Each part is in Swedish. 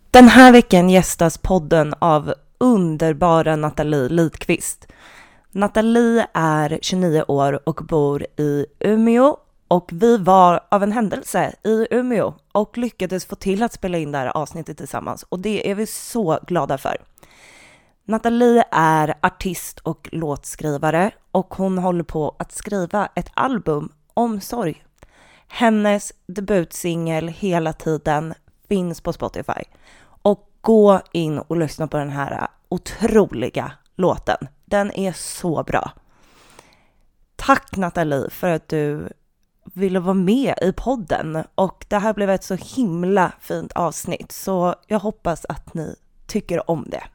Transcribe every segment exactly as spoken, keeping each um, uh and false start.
Den här veckan gästas podden av underbara Nathalie Lidqvist. Nathalie är tjugonio år och bor i Umeå, och vi var av en händelse i Umeå och lyckades få till att spela in det här avsnittet tillsammans, och det är vi så glada för. Nathalie är artist och låtskrivare, och hon håller på att skriva ett album om sorg. Hennes debutsingel Hela tiden finns på Spotify. Och gå in och lyssna på den här otroliga låten. Den är så bra. Tack Nathalie för att du ville vara med i podden. Och det här blev ett så himla fint avsnitt. Så jag hoppas att ni tycker om det.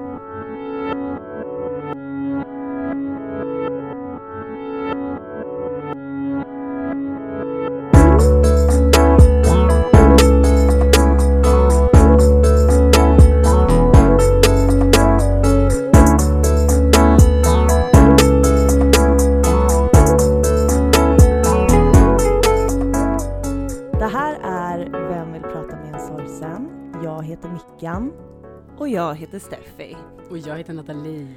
Och jag heter Steffi. Och jag heter Nathalie.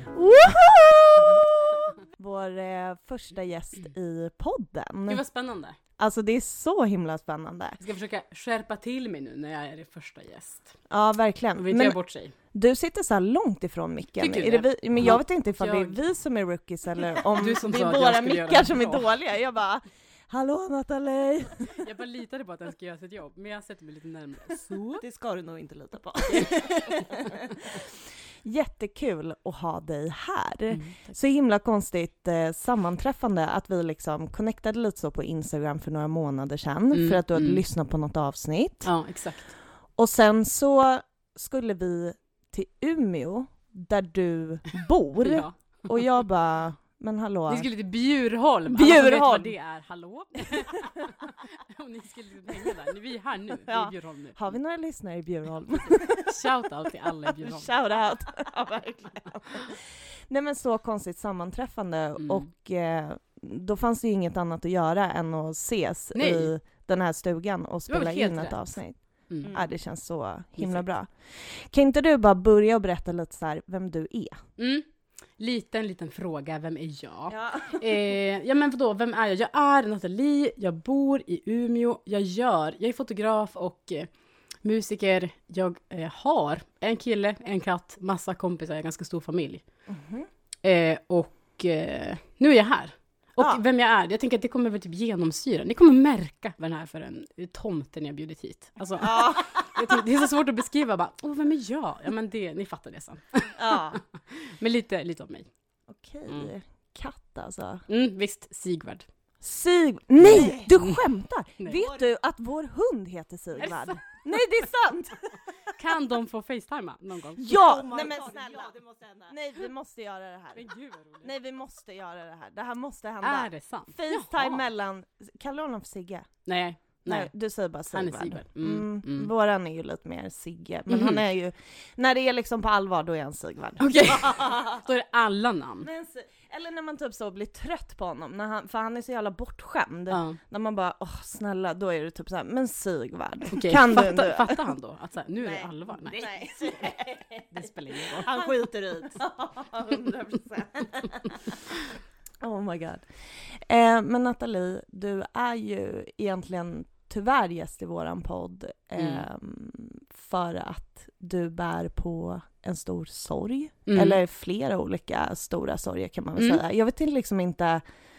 Vår eh, första gäst i podden. Det var spännande. Alltså det är så himla spännande. Jag ska försöka skärpa till mig nu när jag är första gäst. Ja, verkligen. Och vi tar bort sig. Du sitter så här långt ifrån micken. Tycker är du det vi, men jag vet inte ifall jag... det är vi som är rookies eller om du som det sa är att våra mickar som är bra. dåliga. Jag bara, hallå Nathalie. Jag bara litade på att den ska göra sitt jobb, men jag sätter mig lite närmare. Så. Det ska du nog inte lita på. Jättekul att ha dig här. Mm, så himla konstigt eh, sammanträffande att vi liksom connectade lite så på Instagram för några månader sedan. Mm, för att du hade mm. lyssnat på något avsnitt. Ja, exakt. Och sen så skulle vi till Umeå där du bor. Ja. Och jag bara, men hallå. Ni skulle till Bjurholm. Bjurholm. Alla som vet vad det är, hallå. Och ni skulle hänga där. Vi är här nu, ja. I Bjurholm nu. Har vi några lyssnare i Bjurholm? Shout out till alla i Bjurholm. Shout out. Ja, verkligen. Nej, men så konstigt sammanträffande. Mm. Och eh, då fanns det ju inget annat att göra än att ses Nej. i den här stugan och spela in ett rätt. avsnitt. Mm. Ja, det känns så himla Exakt. bra. Kan inte du bara börja och berätta lite så här vem du är? Mm. Liten, liten fråga. Vem är jag? Ja. Eh, ja, men vadå? Vem är jag? Jag är Nathalie. Jag bor i Umeå. Jag gör... Jag är fotograf och eh, musiker. Jag eh, har en kille, en katt, massa kompisar. Jag är en ganska stor familj. Mm-hmm. Eh, och eh, nu är jag här. Och ja. vem jag är, jag tänker att det kommer väl typ genomsyra. Ni kommer märka vad den här för en tomten jag bjudit hit. Alltså, ja. jag tänkte, det är så svårt att beskriva. Bara, Åh, vem är jag? Ja, men det, ni fattar det sen. Ja. Men lite, lite om mig. Okej, mm. katt alltså. Mm, visst, Sigvard. Sig... Nej, du skämtar! Nej. Vet du att vår hund heter Sigvard? Nej, det är sant! Kan de få facetimea någon gång? Ja! Oh nej men snälla. Ja, det måste hända. Nej, vi måste göra det här. Men gud vad roligt. Nej, vi måste göra det här. Det här måste hända. Är det sant? Facetime Jaha. mellan... Kallar honom för Sigge? Nej. Nej. Nej, du säger bara Sigvard. Han är Sigvard. Mm, mm, mm. Våran är ju lite mer Sigge. Men mm. han är ju... När det är liksom på allvar, då är han Sigvard. Okej. Okay. Då är det alla namn. Men, eller när man typ så blir trött på honom. När han, för han är så jävla bortskämd. Uh. När man bara, åh snälla, då är det typ så här, men Sigvard. Okay. Kan Fatta, du fattar han då? Att så här, nu är Nej. det allvar? Nej. Nej. Det spelar ingen roll. Han skiter ut. hundra procent. Oh my god. Eh, men Nathalie, du är ju egentligen tyvärr gäst i våran podd eh, mm. för att du bär på en stor sorg. Mm. Eller flera olika stora sorger kan man väl mm. säga. Jag vet liksom inte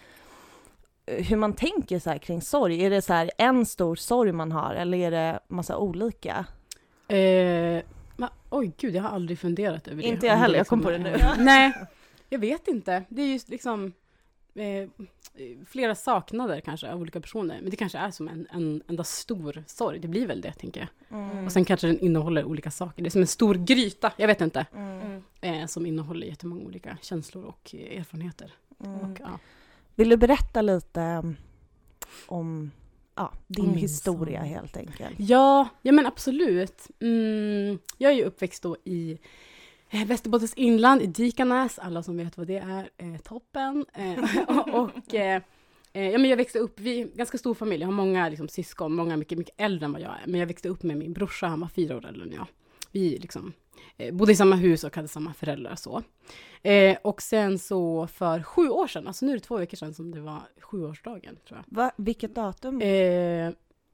hur man tänker så här kring sorg. Är det så här en stor sorg man har eller är det massa olika? Eh, men, oj gud, jag har aldrig funderat över det. Inte jag heller, jag kom på det nu. Nej, jag vet inte. Det är just liksom... Eh, flera saknader kanske av olika personer. Men det kanske är som en, en enda stor sorg. Det blir väl det, tänker jag. Mm. Och sen kanske den innehåller olika saker. Det är som en stor gryta, jag vet inte. Mm. Eh, som innehåller jättemånga olika känslor och eh, erfarenheter. Mm. Och, ja. Vill du berätta lite om ja, din om historia så. Helt enkelt? Ja, ja men absolut. Mm, jag är ju uppväxt då i Västerbottens inland i Dikanäs, alla som vet vad det är, eh, toppen. Eh, och och eh, ja, men jag växte upp, vi är en ganska stor familj, jag har många liksom, syskon, många mycket, mycket äldre än vad jag är. Men jag växte upp med min brorsa, han var fyra år äldre än jag. vi liksom eh, bodde i samma hus och hade samma föräldrar så. Eh, och sen så för sju år sedan, alltså nu är det två veckor sedan som det var sjuårsdagen tror jag. Va? Vilket datum? Eh,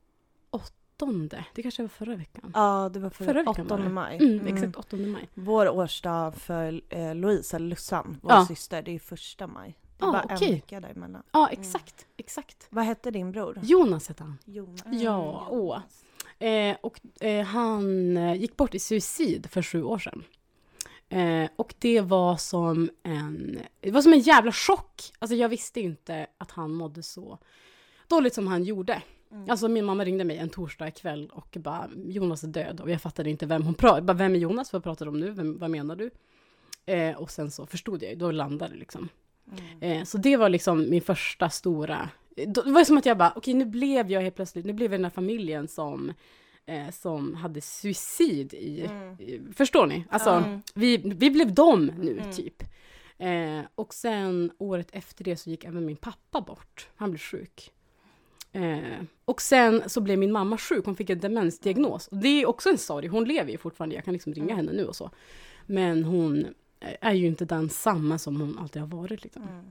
åttonde, det kanske var förra veckan. Ja, det var förra, förra veckan. åttonde maj. Mm, mm. Exakt, åttonde maj. Vår årsdag för eh, Louise, eller Lussan, vår ja. syster, det är första maj. Det är ah, bara okay. en vecka däremellan. Ja, exakt, mm. exakt. Vad hette din bror? Jonas hette han. Jonas. Mm. Ja, åh. Eh, och eh, han gick bort i suicid för sju år sedan. Eh, och det var som en det var som en jävla chock. Alltså jag visste inte att han mådde så dåligt som han gjorde. Mm. Alltså min mamma ringde mig en torsdag kväll och bara, Jonas är död. Och jag fattade inte vem hon pratade. Bara, vem är Jonas? Vad pratar du om nu? Vem, vad menar du? Eh, och sen så förstod jag, då landade det liksom. Mm. Eh, så det var liksom min första stora... Det var som att jag bara, okej okay, nu blev jag helt plötsligt, nu blev jag den här familjen som... Eh, som hade suicid i, mm. i förstår ni? Alltså, mm. vi, vi blev dem nu, mm. typ. Eh, och sen året efter det så gick även min pappa bort. Han blev sjuk. Eh, och sen så blev min mamma sjuk. Hon fick en demensdiagnos. Och det är också en sorg. Hon lever ju fortfarande. Jag kan liksom ringa mm. henne nu och så. Men hon är ju inte den samma som hon alltid har varit. Liksom. Mm.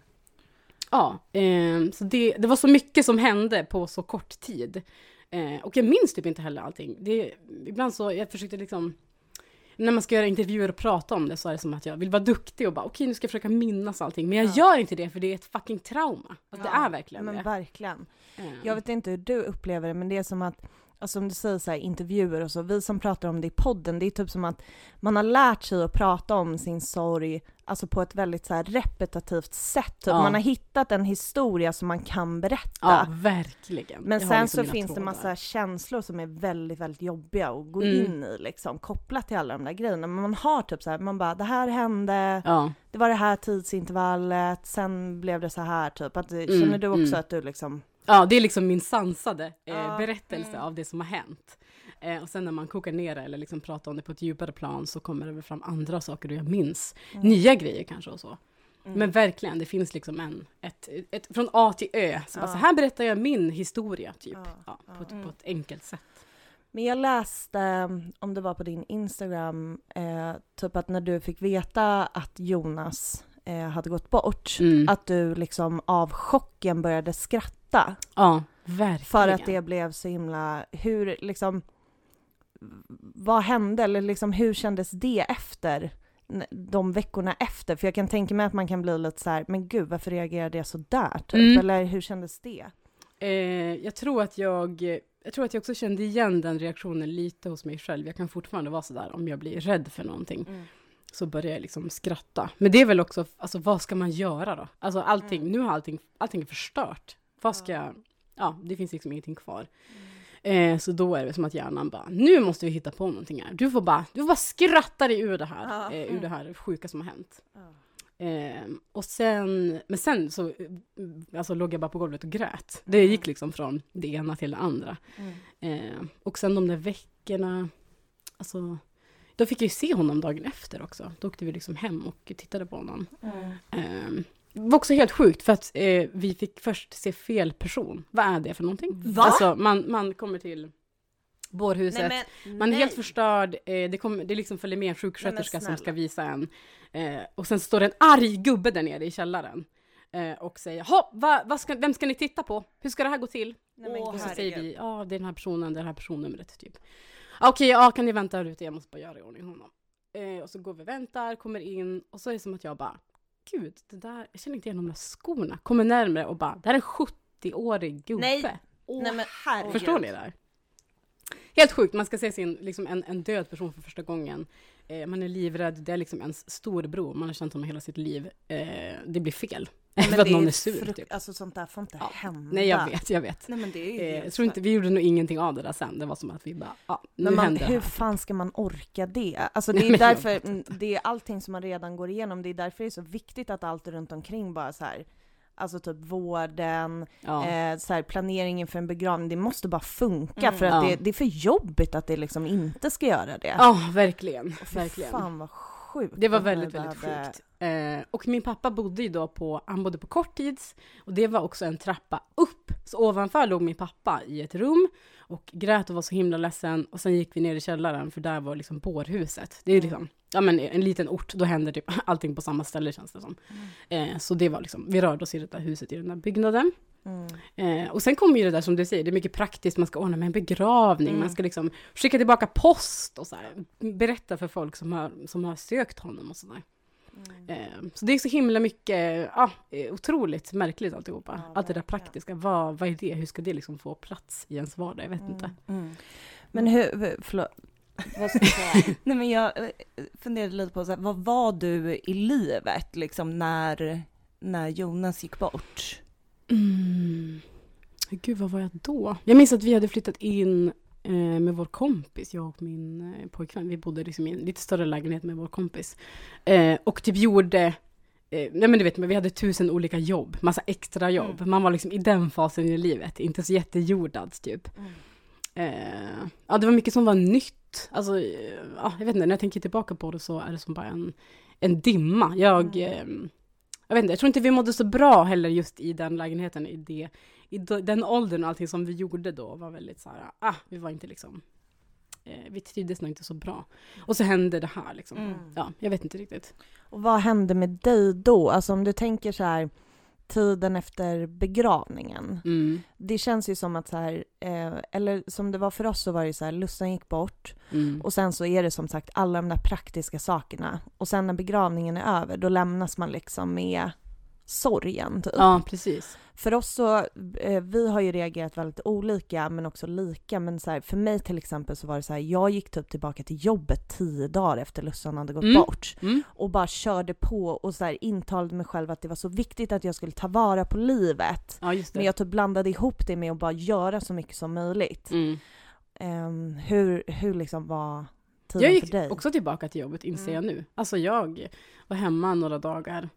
Ja, eh, så det, det var så mycket som hände på så kort tid. Eh, och jag minns typ inte heller allting. Det, ibland så, jag försökte liksom, när man ska göra intervjuer och prata om det så är det som att jag vill vara duktig och bara, okej okay, nu ska jag försöka minnas allting. Men jag ja. gör inte det för det är ett fucking trauma. Att ja, det är verkligen men det. verkligen. Mm. Jag vet inte hur du upplever det, men det är som att, alltså som du säger så här, intervjuer och så, vi som pratar om det i podden, det är typ som att man har lärt sig att prata om sin sorg, alltså på ett väldigt så här repetitivt sätt. Typ. Ja. Man har hittat en historia som man kan berätta. Ja, verkligen. Men sen liksom så finns det massa känslor som är väldigt, väldigt jobbiga att gå mm. in i, liksom, kopplat till alla de där grejerna. Men man har typ så här, man bara, det här hände, ja. det var det här tidsintervallet, sen blev det så här typ. Att, mm. Känner du också mm. att du liksom... Ja, det är liksom min sansade eh, ja. berättelse mm. av det som har hänt. Eh, och sen när man kokar ner det eller liksom pratar om det på ett djupare plan så kommer det väl fram andra saker och jag minns mm. nya grejer kanske och så. Mm. Men verkligen, det finns liksom en, ett, ett, från A till Ö. Så, ja. bara, så här berättar jag min historia typ, ja. Ja, på, ett, mm. på ett enkelt sätt. Men jag läste, om det var på din Instagram, eh, typ att när du fick veta att Jonas eh, hade gått bort, mm. att du liksom av chocken började skratta. Ja, verkligen. För att det blev så himla, hur liksom, vad hände eller liksom hur kändes det efter, de veckorna efter? För jag kan tänka mig att man kan bli lite så här, men gud, varför reagerade jag så där typ? Mm. Eller hur kändes det? Eh, jag tror att jag jag tror att jag också kände igen den reaktionen lite hos mig själv. Jag kan fortfarande vara så där om jag blir rädd för någonting. Mm. Så börjar jag liksom skratta. Men det är väl också, alltså vad ska man göra då? Alltså allting, mm. nu har allting, allting är förstört. Vad ska jag, ja, det finns liksom ingenting kvar. Mm. Eh, så då är det som att hjärnan bara, nu måste vi hitta på någonting här. Du får bara, du får bara skratta dig ur det här, ah. eh, ur det här sjuka som har hänt. Ah. Eh, och sen, men sen så alltså, låg jag bara på golvet och grät. Det gick liksom från det ena till det andra. Mm. Eh, och sen de där veckorna, alltså, då fick jag ju se honom dagen efter också. Då åkte vi liksom hem och tittade på honom. Mm. Eh, det var också helt sjukt för att eh, vi fick först se fel person. Vad är det för någonting? Va? Alltså man, man kommer till bårhuset. Nej, men, man är nej. helt förstörd. Eh, det, kom, det liksom följer med en sjuksköterska som ska visa en. Eh, och sen står det en arg gubbe där nere i källaren. Eh, och säger, ha, va, va ska, vem ska ni titta på? Hur ska det här gå till? Nej, och så herregud. Säger vi, ja det är den här personen, det är det här personnumret typ. Okej, okay, ja kan ni vänta här ute? Jag måste bara göra i ordning honom. Eh, och så går vi och väntar, kommer in. Och så är det som att jag bara, gud, det där, jag känner inte igen de där skorna. Kommer närmare och bara, det här är en sjuttio-årig gubbe. Nej, Åh, nej men herregud. Förstår ni det där? Helt sjukt, man ska se sin, liksom en, en död person för första gången. Eh, man är livrädd, det är liksom ens storbror. Man har känt honom hela sitt liv. Eh, det blir fel. För att någon är sur. Fruk- typ. Alltså sånt där får inte ja. hända. Nej, jag vet, jag vet. Nej, men det är ju eh, jag tror inte, vi gjorde nog ingenting av det där sen. Det var som att vi bara, ja, nu men man, händer hur det här. fan ska man orka det? Alltså det är Nej, därför, det är allting som man redan går igenom. Det är därför det är så viktigt att allt runt omkring bara så här, alltså typ vården, ja. eh, så här, planeringen för en begravning, det måste bara funka mm. för att ja. det, det är för jobbigt att det liksom inte ska göra det. Ja, verkligen. Och verkligen. Fan vad sjukt. Det var väldigt, väldigt hade... sjukt. Eh, och min pappa bodde ju då på, han bodde på korttids och det var också en trappa upp. Så ovanför låg min pappa i ett rum och grät och var så himla ledsen. Och sen gick vi ner i källaren, för där var liksom bårhuset. Det är liksom, ja men en liten ort, då händer typ allting på samma ställe, känns det som. Mm. Eh, så det var liksom, vi rörde oss i det där huset, i den där byggnaden. Mm. Eh, och sen kommer ju det där som du säger, det är mycket praktiskt, man ska ordna med en begravning, mm. man ska liksom skicka tillbaka post och så här, berätta för folk som har, som har sökt honom och sådär. Mm. Eh, så det är så himla mycket, ja, otroligt märkligt alltihopa. Ja, allt det där praktiska, vad, vad är det? Hur ska det liksom få plats i ens vardag? Jag vet mm. inte. Mm. Men hur, förlåt. Vad ska jag säga? Nej, men jag funderade lite på så här, vad var du i livet liksom när, när Jonas gick bort? Mm. Gud, vad var jag då? Jag minns att vi hade flyttat in eh, med vår kompis, jag och min eh, pojkvän. Vi bodde liksom i en lite större lägenhet med vår kompis. Eh, och typ gjorde, eh, nej men du vet, men vi hade tusen olika jobb, massa extra jobb. Mm. Man var liksom i den fasen i livet, inte så jättejordad typ. Mm. Eh, ja, det var mycket som var nytt. Alltså, ja, jag vet inte, när jag tänker tillbaka på det så är det som bara en, en dimma. Jag... Mm. Eh, Jag vet inte, jag tror inte vi mådde så bra heller just i den lägenheten, i, det, i den åldern och allting som vi gjorde då var väldigt så här, ah, vi var inte liksom, eh, vi trivdes nog inte så bra. Och så hände det här liksom, mm. ja, jag vet inte riktigt. Och vad hände med dig då? Alltså om du tänker så här, tiden efter begravningen. Mm. Det känns ju som att så här, eh, eller som det var för oss så var det så här, Lussan gick bort. Mm. Och sen så är det som sagt alla de där praktiska sakerna. Och sen när begravningen är över, då lämnas man liksom med sorgen typ. Ja, precis. För oss så, eh, vi har ju reagerat väldigt olika men också lika. Men så här, för mig till exempel så var det så här, jag gick typ tillbaka till jobbet tio dagar efter Lussan hade gått mm. bort. Mm. Och bara körde på och så här intalade mig själv att det var så viktigt att jag skulle ta vara på livet. Ja, just det. Men jag typ blandade ihop det med att bara göra så mycket som möjligt. Mm. Um, hur, hur liksom var tiden jag gick för dig? Också tillbaka till jobbet, inser jag nu. Alltså jag var hemma några dagar.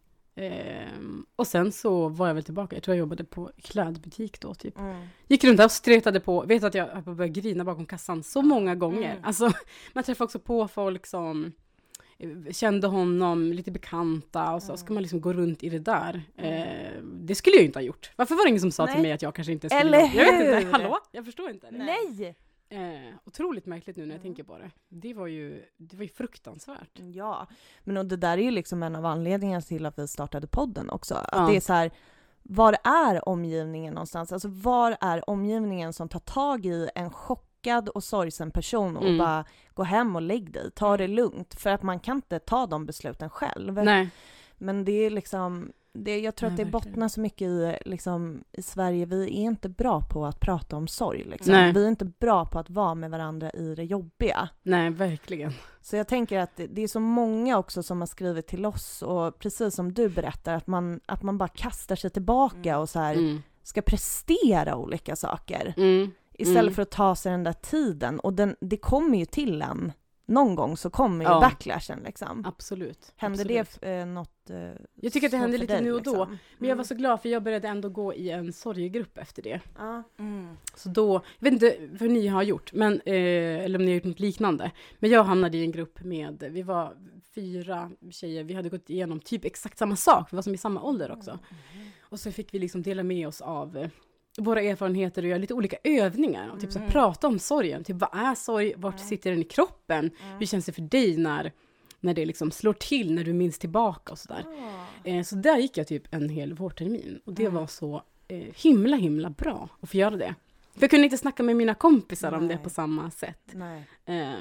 Um, och sen så var jag väl tillbaka. Jag tror jag jobbade på klädbutik då typ. Mm. Gick runt där och stretade på. Vet att jag började grina bakom kassan så många gånger. Mm. Alltså man träffade också på folk som kände honom, lite bekanta och så mm. ska man liksom gå runt i det där. Uh, det skulle jag ju inte ha gjort. Varför var det ingen som sa Nej. till mig att jag kanske inte skulle? Eller hur? Jag vet inte. Hallå? Jag förstår inte. Nej. Eh, otroligt märkligt nu när jag mm. tänker på det. Det var ju, det var ju fruktansvärt. Ja, men och det där är ju liksom en av anledningarna till att vi startade podden också. Att ja. det är så här, var är omgivningen någonstans? Alltså var är omgivningen som tar tag i en chockad och sorgsen person och mm. bara gå hem och lägg dig, ta det lugnt. För att man kan inte ta de besluten själv. Nej. Men det är liksom... Det, jag tror Nej, att det verkligen. bottnar så mycket i, liksom, i Sverige. Vi är inte bra på att prata om sorg. Liksom. Vi är inte bra på att vara med varandra i det jobbiga. Nej, verkligen. Så jag tänker att det, det är så många också som har skrivit till oss. Och precis som du berättar, att man, att man bara kastar sig tillbaka mm. och så här, mm. ska prestera olika saker. Mm. Istället mm. för att ta sig den där tiden. Och den, det kommer ju till en. Någon gång så kommer ju ja. backlashen liksom. Absolut. Hände Absolut. det eh, något eh, Jag tycker att det hände lite dig, nu och liksom. då. Men mm. jag var så glad för jag började ändå gå i en sorgegrupp efter det. Ja. Mm. Så då, jag vet inte vad ni har gjort, men, eh, eller om ni har gjort något liknande. Men jag hamnade i en grupp med, vi var fyra tjejer, vi hade gått igenom typ exakt samma sak. Vi var som i samma ålder också. Mm. Och så fick vi liksom dela med oss av våra erfarenheter och göra lite olika övningar och typ så här, prata om sorgen. Typ vad är sorg? Vart mm. sitter den i kroppen? Mm. Hur känns det för dig när, när det liksom slår till, när du minns tillbaka och sådär. Oh. Eh, så där gick jag typ en hel vårtermin. Och det mm. var så eh, himla himla bra att få göra det. För jag kunde inte snacka med mina kompisar Nej. om det på samma sätt. Eh,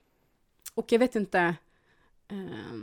och jag vet inte, eh,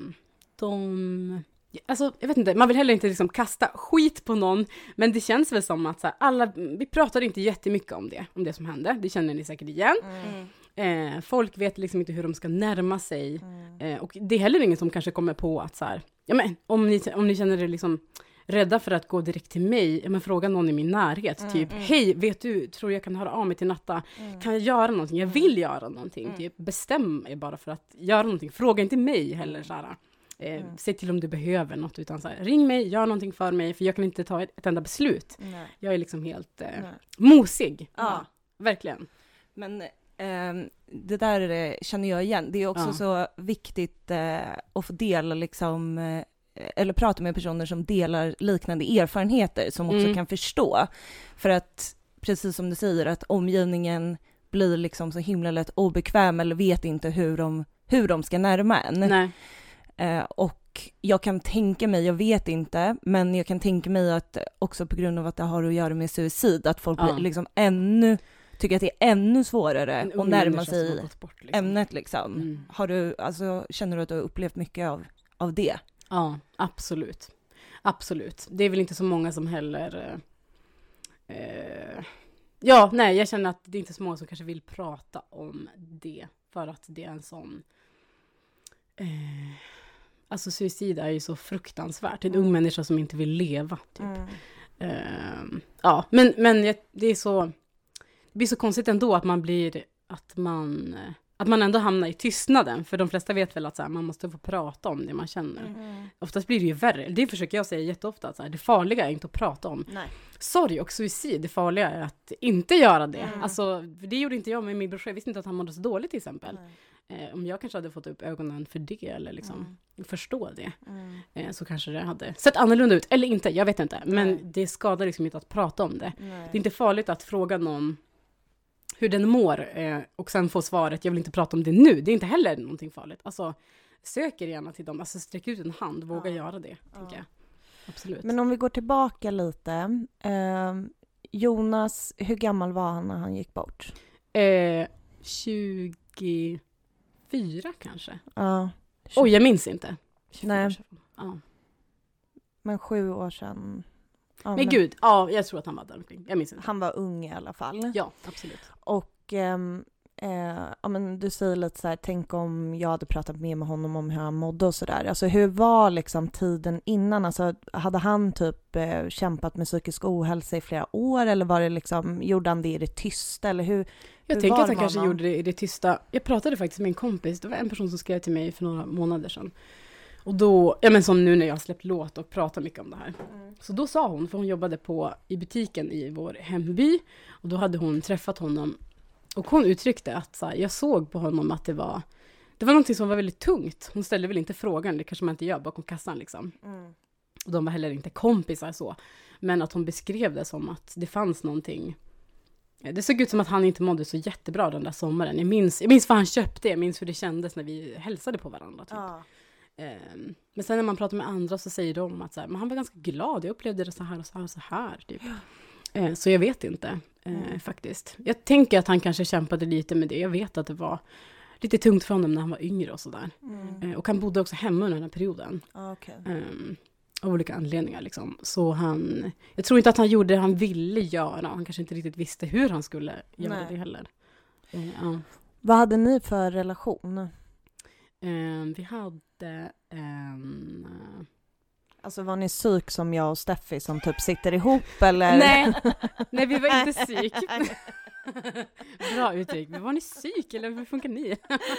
de... Alltså, jag vet inte, man vill heller inte liksom kasta skit på någon, men det känns väl som att så här, alla, vi pratade inte jättemycket om det, om det som hände, det känner ni säkert igen. Mm. Eh, folk vet liksom inte hur de ska närma sig, mm. eh, och det är heller ingen som kanske kommer på att så här, ja men om ni, om ni känner er liksom rädda för att gå direkt till mig, ja men fråga någon i min närhet, mm. typ, mm. hej, vet du, tror jag kan höra av mig till Natta, mm. kan jag göra någonting, jag vill göra någonting, mm. typ, bestäm er bara för att göra någonting, fråga inte mig heller så här. Eh, mm. Se till om du behöver något, utan så här, ring mig, gör någonting för mig, för jag kan inte ta ett, ett enda beslut. Nej. Jag är liksom helt eh, mosig. Ja. Ja, verkligen. Men eh, det där eh, känner jag igen. Det är också ja. så viktigt eh, att få dela liksom, eh, eller prata med personer som delar liknande erfarenheter, som också mm. kan förstå. För att, precis som du säger, att omgivningen blir liksom så himla lätt obekväm eller vet inte hur de, hur de ska närma en. Nej. Eh, och jag kan tänka mig, jag vet inte, men jag kan tänka mig att också på grund av att det har att göra med suicid, att folk Ja. blir liksom ännu, tycker att det är ännu svårare att närma sig bort, liksom. ämnet liksom. Mm. Har du, alltså, känner du att du har upplevt mycket av, av det? Ja, absolut. Absolut. Det är väl inte så många som heller... Eh, ja, nej, jag känner att det är inte så många som kanske vill prata om det. För att det är en sån... Eh, alltså suicid är ju så fruktansvärt. Det är en ung människa som inte vill leva, typ. Mm. Eh, ja, men, men jag, det är så... Det blir så konstigt ändå att man blir... Att man... Att man ändå hamnar i tystnaden. För de flesta vet väl att så här, man måste få prata om det man känner. Mm. Oftast blir det ju värre. Det försöker jag säga jätteofta. Att så här, det farliga är inte att prata om. Nej. Sorg och suicid. Det farliga är att inte göra det. Mm. Alltså, det gjorde inte jag med min brorsa. Jag visste inte att han mådde så dåligt till exempel. Eh, om jag kanske hade fått upp ögonen för det. Eller liksom mm. förstå det. Mm. Eh, så kanske det hade sett annorlunda ut. Eller inte, jag vet inte. Men Nej. Det skadar liksom inte att prata om det. Nej. Det är inte farligt att fråga någon hur den mår eh, och sen få svaret, jag vill inte prata om det nu. Det är inte heller någonting farligt. Alltså, söker gärna till dem. Alltså, sträck ut en hand. Våga ja. göra det, ja. tänker jag. Absolut. Men om vi går tillbaka lite. Eh, Jonas, hur gammal var han när han gick bort? Eh, tjugofyra kanske. Ja. Oj, jag minns inte. Nej. Ja. Men sju år sedan... Ja, men gud, ja, jag tror att han var där omkring. Jag minns inte. Han var ung i alla fall. Ja, absolut. Och ähm, äh, ja, men du säger lite så här, tänk om jag hade pratat mer med honom om hur han mådde och sådär. Alltså hur var liksom tiden innan? Alltså hade han typ äh, kämpat med psykisk ohälsa i flera år? Eller var det liksom, gjorde han det i det tysta? Eller hur, jag hur tänker att han kanske honom? gjorde det i det tysta. Jag pratade faktiskt med en kompis. Det var en person som skrev till mig för några månader sedan. Och då, ja men som nu när jag har släppt låt och pratat mycket om det här. Mm. Så då sa hon, för hon jobbade på i butiken i vår hemby. Och då hade hon träffat honom. Och hon uttryckte att så här, jag såg på honom att det var, det var någonting som var väldigt tungt. Hon ställde väl inte frågan, det kanske man inte gör bakom kassan liksom. Mm. Och de var heller inte kompisar så. Men att hon beskrev det som att det fanns någonting. Det såg ut som att han inte mådde så jättebra den där sommaren. Jag minns, jag minns vad han köpte, jag minns hur det kändes när vi hälsade på varandra typ. Ja. Um, men sen när man pratar med andra så säger de att så här, men han var ganska glad, jag upplevde det så här och så här och så här typ. Uh, så jag vet inte uh, mm. faktiskt. Jag tänker att han kanske kämpade lite med det. Jag vet att det var lite tungt för honom när han var yngre och sådär. Mm. Uh, och han bodde också hemma under den här perioden. Okay. Um, av olika anledningar liksom. Så han, jag tror inte att han gjorde det han ville göra. Han kanske inte riktigt visste hur han skulle göra Nej. det heller. Uh, uh. Vad hade ni för relation? Um, vi hade en... Uh... Alltså var ni psyk som jag och Steffi som typ sitter ihop eller? Nej, nej vi var inte psyk. Bra uttryck. Men var ni psyk eller hur funkar ni?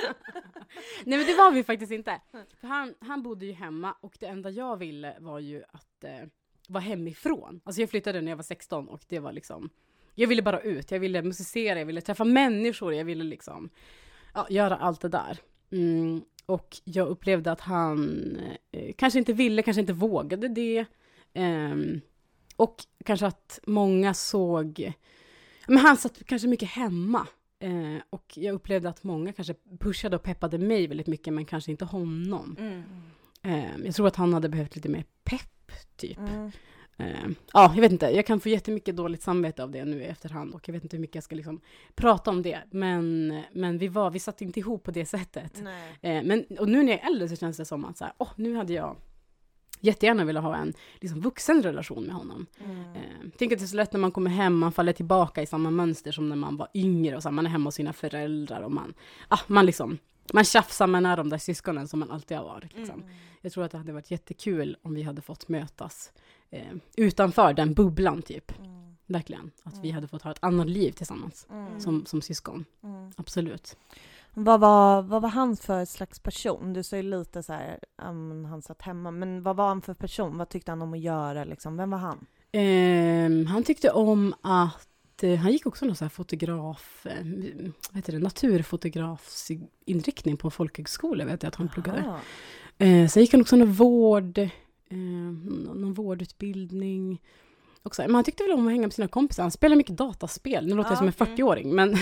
Nej men det var vi faktiskt inte. För han, han bodde ju hemma och det enda jag ville var ju att uh, vara hemifrån. Alltså jag flyttade när jag var sexton och det var liksom... Jag ville bara ut, jag ville musicera, jag ville träffa människor, jag ville liksom ja, göra allt det där. Mm. Och jag upplevde att han eh, kanske inte ville, kanske inte vågade det. Eh, och kanske att många såg... Men han satt kanske mycket hemma. Eh, och jag upplevde att många kanske pushade och peppade mig väldigt mycket, men kanske inte honom. Mm. Eh, jag tror att han hade behövt lite mer pepp, typ. Mm. Uh, ja, jag vet inte. Jag kan få jättemycket dåligt samvete av det nu i efterhand. Och jag vet inte hur mycket jag ska liksom prata om det. Men, men vi var, vi satt inte ihop på det sättet. Uh, men, och nu när jag är äldre så känns det som att så här, oh, nu hade jag jättegärna velat ha en liksom, vuxen relation med honom. Mm. Uh, tänk att det är så lätt när man kommer hem, man faller tillbaka i samma mönster som när man var yngre. Och så här, man är hemma hos sina föräldrar och man, ah, man liksom... Man tjafsar med när de där syskonen som man alltid har varit. Liksom. Mm. Jag tror att det hade varit jättekul om vi hade fått mötas eh, utanför den bubblan typ. Mm. Verkligen. Att mm. vi hade fått ha ett annat liv tillsammans mm. som, som syskon. Mm. Absolut. Vad var, vad var han för slags person? Du sa ju lite så här, um, han satt hemma. Men vad var han för person? Vad tyckte han om att göra? Liksom? Vem var han? Eh, han tyckte om att han gick också någon så här fotograf, vad heter det, naturfotografsinriktning på folkhögskola, vet jag att han pluggade. Eh, så gick han också någon vård, eh, någon vårdutbildning. också, men han tyckte väl om att hänga med sina kompisar. Han spelar mycket dataspel. Nu låter jag som en fyrtio-åring, men,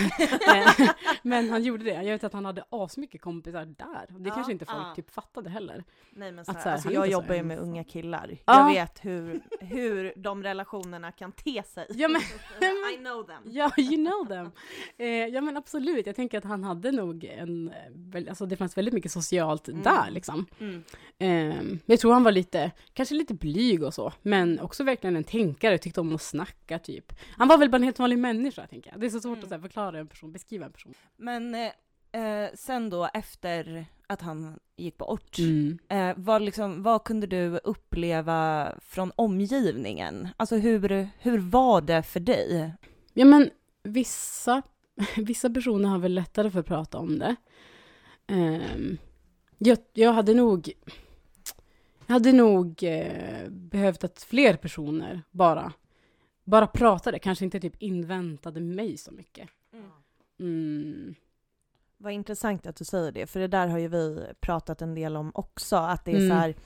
men han gjorde det. Jag vet att han hade asmycket kompisar där. Det ja, kanske inte folk ja. typ fattade heller. Nej, men så här, att, så här, alltså, jag jobbar ju med unga killar. Ja. Jag vet hur, hur de relationerna kan te sig. Ja, men, I know them. Ja, you know them. Eh, ja, men absolut. Jag tänker att han hade nog en... Alltså det fanns väldigt mycket socialt mm. där, liksom. Mm. Eh, jag tror han var lite... Kanske lite blyg och så. Men också verkligen en tänkare. Tyckte om att snacka, typ. Han var väl bara en helt vanlig människa, tänker jag. Det är så svårt mm. att så här, förklara en person, beskriva en person. Men eh, sen då, efter att han gick bort, mm. eh, vad, liksom, vad kunde du uppleva från omgivningen? Alltså hur, hur var det för dig? Ja, men vissa, vissa personer har väl lättare för att prata om det. Um, jag, jag hade nog jag hade nog eh, behövt att fler personer bara bara pratade, kanske inte typ inväntade mig så mycket. Mm. Vad intressant att du säger det, för det där har ju vi pratat en del om också, att det är mm. så här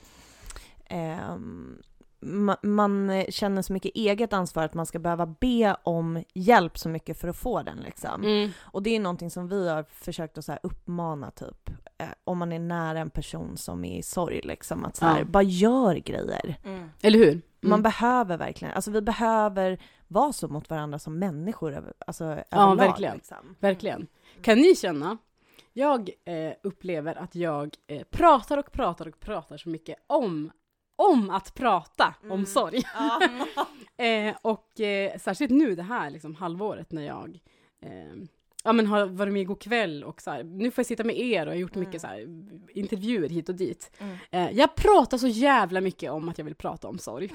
eh, ma- man känner så mycket eget ansvar att man ska behöva be om hjälp så mycket för att få den liksom. Mm. Och det är någonting som vi har försökt att så här uppmana typ eh, om man är nära en person som är i sorg liksom, att så här, ja. bara gör grejer. Mm. Eller hur? Mm. Man behöver verkligen, alltså vi behöver vara så mot varandra som människor, alltså ja, överlag, verkligen. Liksom. Verkligen. Kan ni känna, jag eh, upplever att jag eh, pratar och pratar och pratar så mycket om om att prata mm. om sorg. Ja. eh, och eh, särskilt nu det här liksom, halvåret när jag eh, ja, men har varit med igår kväll och så här, nu får jag sitta med er och har gjort mm. mycket så här, intervjuer hit och dit. Mm. Eh, jag pratar så jävla mycket om att jag vill prata om sorg.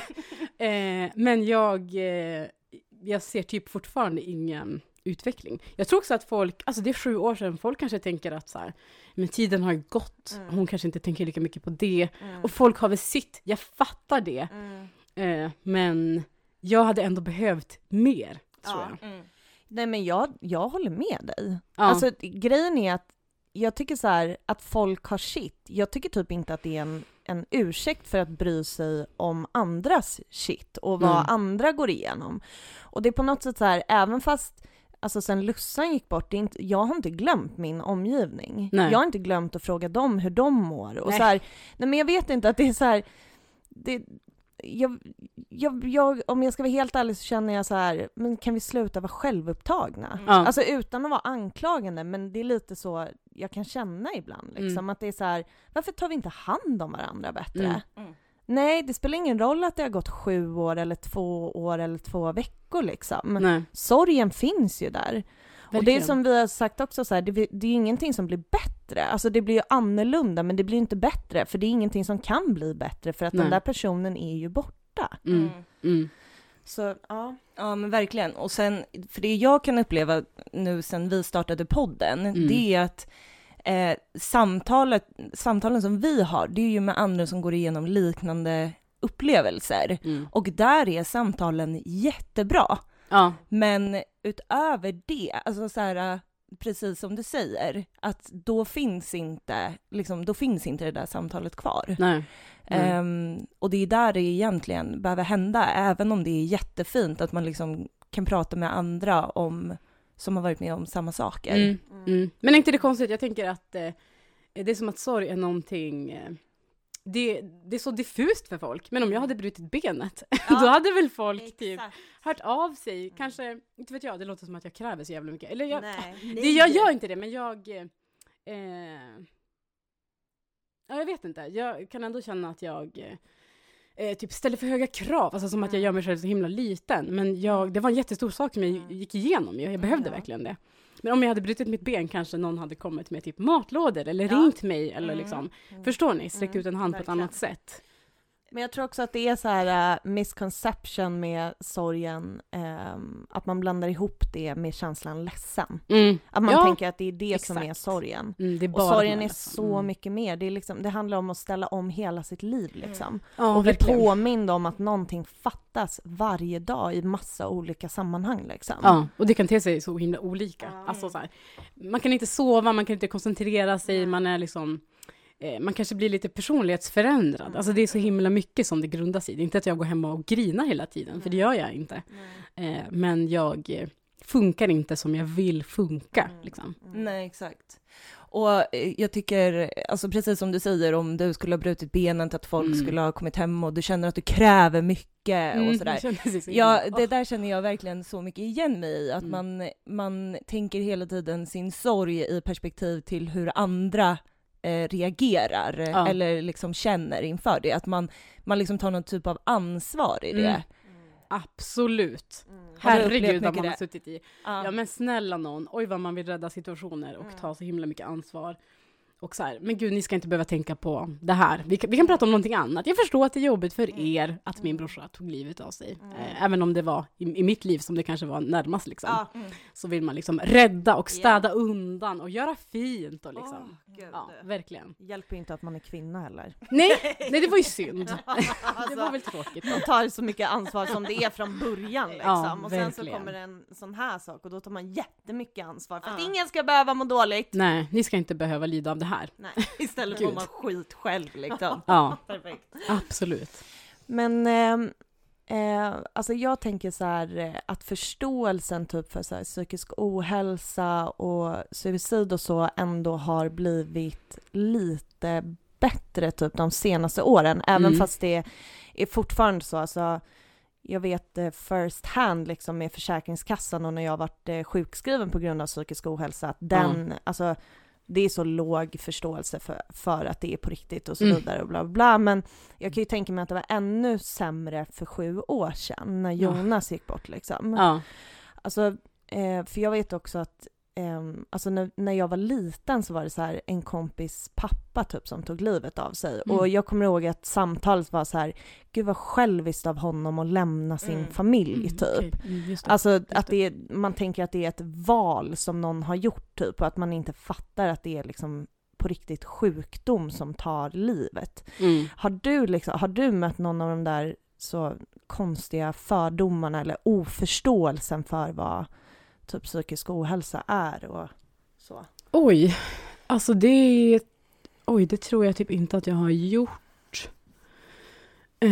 eh, men jag, eh, jag ser typ fortfarande ingen utveckling. Jag tror också att folk, alltså det är sju år sedan, folk kanske tänker att så här, men tiden har ju gått, mm. hon kanske inte tänker lika mycket på det. Mm. Och folk har väl sitt, jag fattar det. Mm. Eh, men jag hade ändå behövt mer, tror ja. jag. Mm. Nej, men jag, jag håller med dig. Ja. Alltså grejen är att jag tycker så här att folk har shit. Jag tycker typ inte att det är en, en ursäkt för att bry sig om andras shit och vad mm. andra går igenom. Och det är på något sätt så här, även fast alltså sen Lussan gick bort, det är inte, jag har inte glömt min omgivning. Nej. Jag har inte glömt att fråga dem hur de mår. Och så här, nej, men jag vet inte att det är så här, det, jag, jag, jag, om jag ska vara helt ärlig så känner jag så här, men kan vi sluta vara självupptagna? Mm. Alltså utan att vara anklagande, men det är lite så jag kan känna ibland liksom, mm. att det är så här, varför tar vi inte hand om varandra bättre? Mm. Mm. Nej, det spelar ingen roll att det har gått sju år eller två år eller två veckor liksom. Nej. Sorgen finns ju där. Verkligen. Och det är som vi har sagt också så här, det, det är ju ingenting som blir bättre. Alltså det blir ju annorlunda, men det blir inte bättre, för det är ingenting som kan bli bättre, för att Nej. den där personen är ju borta. Mm. Mm. Så ja. Ja, men verkligen. Och sen, för det jag kan uppleva nu sen vi startade podden, mm. det är att Eh, samtalet, samtalen som vi har, det är ju med andra som går igenom liknande upplevelser. Mm. Och där är samtalen jättebra. Ja. Men utöver det, alltså så här, precis som du säger, att då finns inte, liksom, då finns inte det där samtalet kvar. Nej. Nej. Um, och det är där det egentligen behöver hända, även om det är jättefint att man liksom kan prata med andra om som har varit med om samma saker. Mm. Mm. Men är inte det konstigt? Jag tänker att eh, det är som att sorg är någonting, eh, det, det är så diffust för folk. Men om jag hade brutit benet, ja. då hade väl folk typ hört av sig. Mm. Kanske, inte vet jag, det låter som att jag kräver så jävla mycket. Eller jag, nej, det, nej. jag gör inte det, men jag eh, ja, jag vet inte. Jag kan ändå känna att jag eh, Eh, typ ställer för höga krav, alltså som mm. att jag gör mig själv så himla liten, men jag, det var en jättestor sak som jag mm. gick igenom, jag, jag behövde mm. verkligen det. Men om jag hade brutit mitt ben, kanske någon hade kommit med typ matlådor eller ja. ringt mig eller mm. liksom, mm. förstår ni, sträckt mm. ut en hand verkligen. På ett annat sätt. Men jag tror också att det är så här uh, misconception med sorgen, um, att man blandar ihop det med känslan ledsen. Mm. Att man ja, tänker att det är det exakt. Som är sorgen. Mm, det är bara och sorgen är så mm. mycket mer. Det, är liksom, det handlar om att ställa om hela sitt liv. Liksom. Mm. Ja, och bli påmind om att någonting fattas varje dag i massa olika sammanhang. Liksom. Ja, och det kan te sig så himla olika. Mm. Alltså, så här, man kan inte sova, man kan inte koncentrera sig, mm. man är liksom... eh, man kanske blir lite personlighetsförändrad. Mm. Alltså det är så himla mycket som det grundas i. Det är inte att jag går hemma och grinar hela tiden, mm. för det gör jag inte. Eh, men jag eh, funkar inte som jag vill funka. Mm. Liksom. Mm. Nej, exakt. Och jag tycker, alltså precis som du säger, om du skulle ha brutit benen till att folk mm. skulle ha kommit hem och du känner att du kräver mycket mm, och sådär. Så ja, det där känner jag verkligen så mycket igen mig i, att mm. man, man tänker hela tiden sin sorg i perspektiv till hur andra eh, reagerar ja. eller liksom känner inför det. Att man, man liksom tar någon typ av ansvar i det. Mm. Absolut. Mm. Herregud vad man har suttit i. Ja. ja men snälla någon, oj vad man vill rädda situationer och mm. ta så himla mycket ansvar. Och så här, men gud, ni ska inte behöva tänka på det här. Vi kan, vi kan prata om någonting annat. Jag förstår att det är jobbigt för er att min brorsa tog livet av sig. Mm. Eh, även om det var i, i mitt liv som det kanske var närmast liksom. Ja. Mm. Så vill man liksom rädda och städa yeah. undan och göra fint och liksom. Oh, ja, verkligen. Hjälper inte att man är kvinna heller. Nej, nej det var ju synd. Alltså, det var väl tråkigt. Man tar så mycket ansvar som det är från början liksom. Ja, och sen så kommer en sån här sak och då tar man jättemycket ansvar för att ja. ingen ska behöva må dåligt. Nej, ni ska inte behöva lida av det här. Nej, istället får man skit själv liksom. Ja, perfekt. Absolut. Men eh, eh, alltså jag tänker så här att förståelsen typ för så här, psykisk ohälsa och suicid och så ändå har blivit lite bättre typ de senaste åren, även mm. fast det är fortfarande så, alltså jag vet eh, first hand liksom med Försäkringskassan och när jag varit eh, sjukskriven på grund av psykisk ohälsa att den, mm. alltså det är så låg förståelse för, för att det är på riktigt och så mm. vidare och bla bla. Men jag kan ju tänka mig att det var ännu sämre för sju år sedan när Jonas ja. gick bort liksom. Ja. Alltså, eh, för jag vet också att eh, alltså när, när jag var liten så var det så här en kompis pappa typ som tog livet av sig. Mm. Och jag kommer ihåg att samtalet var så här, gud vad själviskt av honom att lämna sin mm. familj mm, typ. Okay. Mm, det, alltså att det är, man tänker att det är ett val som någon har gjort typ och att man inte fattar att det är liksom på riktigt sjukdom som tar livet. Mm. Har du liksom, har du mött någon av de där så konstiga fördomarna eller oförståelsen för vad typ psykisk ohälsa är och så? Oj, alltså det oj, det tror jag typ inte att jag har gjort. Uh,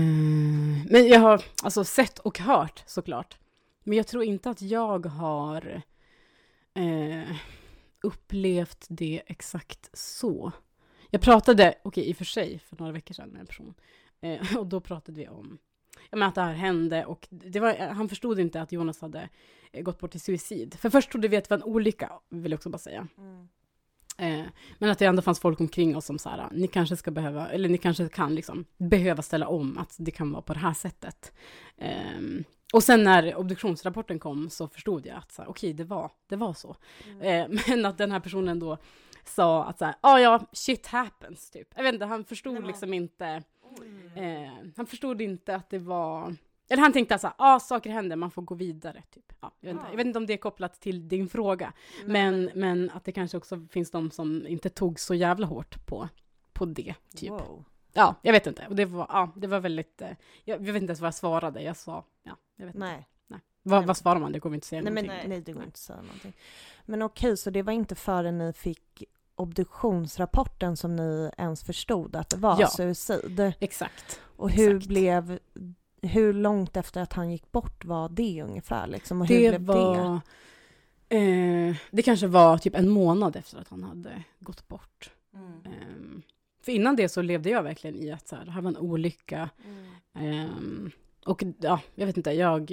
men jag har alltså sett och hört såklart. Men jag tror inte att jag har uh, upplevt det exakt så. Jag pratade, okej okay, i och för sig för några veckor sedan med en person. Uh, och då pratade vi om jag menar, att det här hände och det var, han förstod inte att Jonas hade gått bort till suicid. För först trodde vi att det var en olycka, vill jag också bara säga. Mm. Eh, men att det ändå fanns folk omkring oss som så här, ni kanske ska behöva, eller ni kanske kan liksom behöva ställa om att det kan vara på det här sättet. Eh, och sen när obduktionsrapporten kom så förstod jag att så här, okej, det var, det var så. Mm. Eh, men att den här personen då sa att så här, ah, ja, shit happens typ. Jag vet inte, han förstod mm. liksom inte eh, han förstod inte att det var eller han tänkte alltså, ja, ah, saker händer, man får gå vidare typ. Ja, jag, vet inte, jag vet inte om det är kopplat till din fråga, mm. men, men att det kanske också finns de som inte tog så jävla hårt på, på det typ. Wow. Ja, jag vet inte. Och det var, ja, det var väldigt, eh, jag, jag vet inte ens vad jag svarade, jag sa, ja, jag vet nej. inte. Nej. Vad, vad svarar man? Det går inte säga nej, någonting. Men, nej, nej, det går inte säga någonting. Men okej, så det var inte förrän ni fick obduktionsrapporten som ni ens förstod att det var ja, suicid? Exakt. Och hur Exakt. blev... Hur långt efter att han gick bort var det ungefär? Liksom? Och hur det blev var... Det? Eh, det kanske var typ en månad efter att han hade gått bort. Mm. Eh, för innan det så levde jag verkligen i att så här, det här var en olycka. Mm. Eh, och ja, jag vet inte, jag...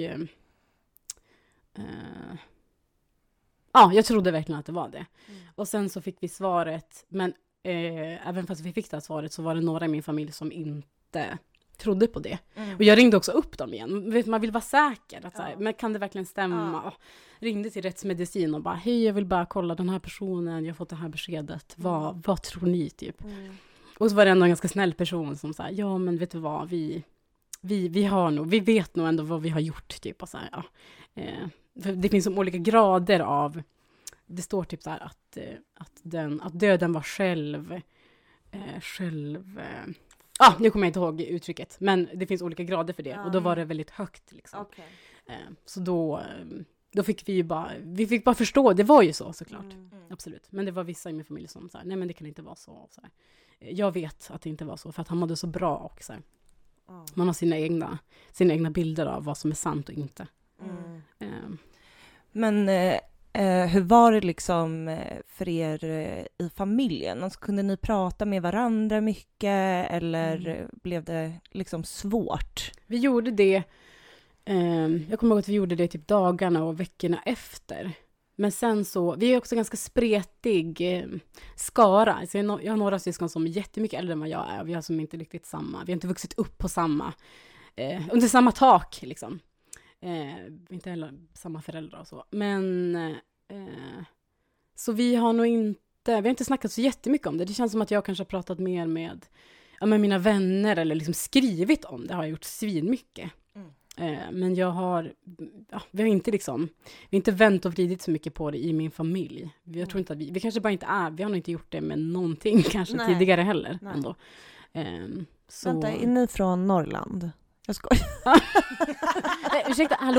Eh, ja, jag trodde verkligen att det var det. Mm. Och sen så fick vi svaret, men eh, även fast vi fick det här svaret så var det några i min familj som inte... trodde på det. Mm. Och jag ringde också upp dem igen. Man vill vara säker. Att ja. så här, men kan det verkligen stämma? Ja. Ringde till rättsmedicin och bara, hej, jag vill bara kolla den här personen. Jag har fått det här beskedet. Mm. Vad, vad tror ni typ? Mm. Och så var det ändå en ganska snäll person som sa, ja men vet du vad, vi, vi, vi har nog, vi vet nog ändå vad vi har gjort typ. Och så här, ja. eh, för det finns som olika grader av, det står typ så här att, eh, att, den, att döden var själv, eh, själv... Eh, Ja, ah, nu kommer jag inte ihåg uttrycket. Men det finns olika grader för det. Mm. Och då var det väldigt högt. Liksom. Okay. Eh, så då... Eh, då fick vi ju bara, vi fick bara förstå, det var ju så såklart. Mm. Absolut. Men det var vissa i min familj som sa, nej men det kan inte vara så. så här. Jag vet att det inte var så, för att han mådde så bra och så här. Oh. Man har sina egna, sina egna bilder av vad som är sant och inte. Mm. Um. Men eh, hur var det liksom för er eh, i familjen? Alltså, kunde ni prata med varandra mycket eller mm. blev det liksom svårt? Vi gjorde det, eh, jag kommer ihåg att vi gjorde det typ dagarna och veckorna efter. Men sen så, vi är också ganska spretig eh, skara. Alltså jag, jag har några syskon som är jättemycket äldre än vad jag är. Vi har som inte riktigt samma, vi har inte vuxit upp på samma, eh, under samma tak liksom. Eh, inte heller samma föräldrar och så. Men eh, så vi har nog inte, vi har inte snackat så jättemycket om det. Det känns som att jag kanske har pratat mer med, ja, med mina vänner eller liksom skrivit om det. Har jag gjort svinmycket. Mm. Eh, men jag har, ja, vi har inte liksom, vi har inte vänt och vridit så mycket på det i min familj. Jag mm. tror inte att vi, vi kanske bara inte är, vi har nog inte gjort det med någonting kanske Nej. tidigare heller. Ändå. Eh, så. Vänta, är ni från Norrland? Jag skojar. Nej, ursäkta, hallå?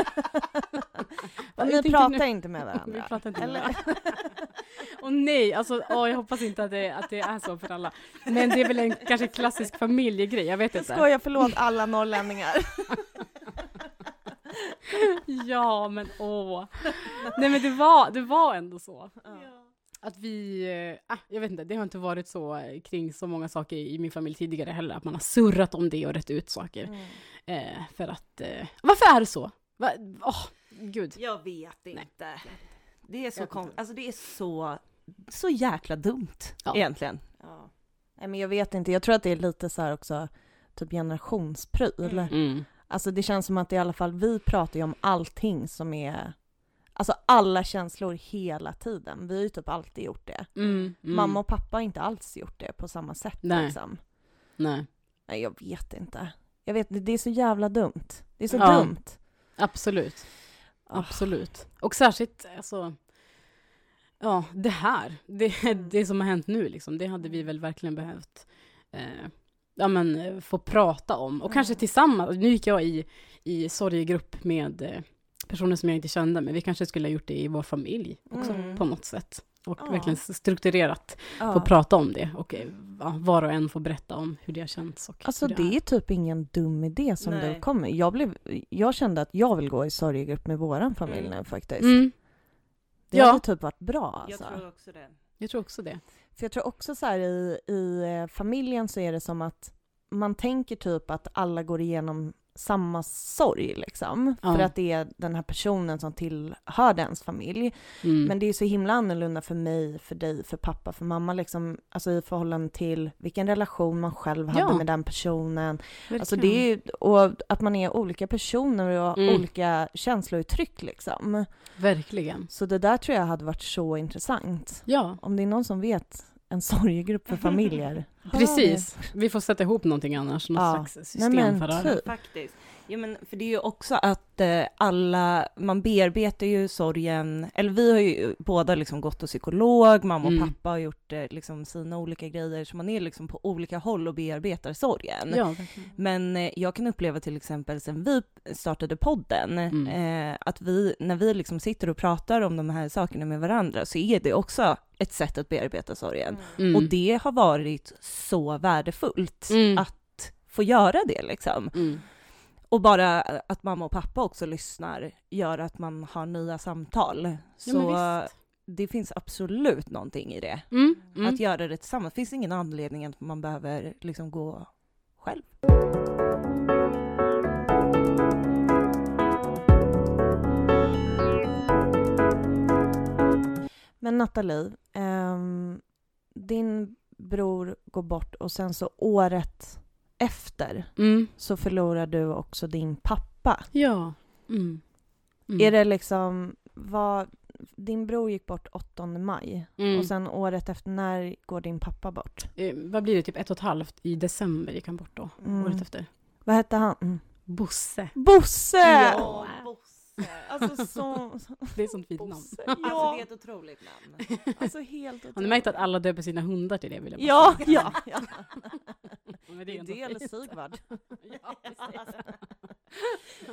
Ni pratar nu. inte med varandra. Vi pratar inte med varandra. Och nej, alltså, åh, jag hoppas inte att det, att det är så för alla. Men det är väl en kanske klassisk familjegrej, jag vet inte. Jag skojar, förlåt alla norrlänningar. Ja, men åh. Nej, men det var, det var ändå så. Ja. Att vi, äh, jag vet inte, det har inte varit så kring så många saker i min familj tidigare heller. Att man har surrat om det och rätt ut saker. Mm. Eh, för att, eh, varför är det så? Va? Oh, gud. Jag vet inte. Nej. Det är så kon- alltså det är så, så jäkla dumt ja. egentligen. Ja. Nej, men jag vet inte, jag tror att det är lite så här också, typ generationspryl. Mm. Alltså det känns som att i alla fall vi pratar ju om allting som är, alltså alla känslor hela tiden. Vi har ju typ alltid gjort det. Mm, mm. Mamma och pappa har inte alls gjort det på samma sätt. Nej. Liksom. Nej. Nej, jag vet inte. Jag vet, det är så jävla dumt. Det är så ja, dumt. Absolut. Absolut. Oh. Och särskilt, alltså, ja, det här. Det, det som har hänt nu, liksom, det hade vi väl verkligen behövt eh, ja, men, få prata om. Och mm. kanske tillsammans. Nu gick jag i, i sorgegrupp med eh, personer som jag inte kände, men vi kanske skulle ha gjort det i vår familj också mm. på något sätt. Och ja. verkligen strukturerat ja. få prata om det. Och ja, var och en får berätta om hur det har känts. Och alltså det, det är typ ingen dum idé som Nej. du kommer. Jag, blev, jag kände att jag vill gå i sorgegrupp med våran familj mm. nu faktiskt. Mm. Det ja. hade typ varit bra. Alltså. Jag tror också det. Jag tror också det. För jag tror också så här i, i familjen så är det som att man tänker typ att alla går igenom samma sorg liksom. Ja. För att det är den här personen som tillhör ens familj. Mm. Men det är så himla annorlunda för mig, för dig, för pappa, för mamma liksom. Alltså i förhållande till vilken relation man själv hade ja. med den personen. Verkligen. Alltså det är, och att man är olika personer och mm. olika känslouttryck liksom. Verkligen. Så det där tror jag hade varit så intressant. Ja. Om det är någon som vet en sorgegrupp för familjer. Precis. Vi får sätta ihop någonting annars. Något ja. slags system Nej, men, för det. Typ. Faktiskt. Ja, men för det är ju också att eh, alla, man bearbetar ju sorgen, eller vi har ju båda liksom gått till psykolog, mamma och mm. pappa har gjort eh, liksom sina olika grejer, så man är liksom på olika håll och bearbetar sorgen. Ja, men eh, jag kan uppleva till exempel sen vi startade podden, mm. eh, att vi, när vi liksom sitter och pratar om de här sakerna med varandra, så är det också ett sätt att bearbeta sorgen. Mm. Och det har varit så värdefullt mm. att få göra det liksom. Mm. Och bara att mamma och pappa också lyssnar gör att man har nya samtal. Så ja, det finns absolut någonting i det. Mm, mm. Att göra det tillsammans. Det finns ingen anledning att man behöver liksom gå själv. Men Nathalie, eh, din bror går bort och sen så året efter mm. så förlorar du också din pappa. Ja. Mm. Mm. Är det liksom, vad, din bror gick bort åttonde maj mm. och sen året efter, när går din pappa bort? Eh, vad blir det, typ ett och ett halvt i december gick han bort då, mm. året efter. Vad hette han? Bosse. Bosse! Ja, Bosse. Alltså så... Det är ett sånt fint namn. Ja. Alltså det är ett otroligt namn. Alltså helt otroligt. Har ni märkt att alla döper sina hundar till det? Vill jag ja, ja, ja. Men det är det eller Sigvard. Ja,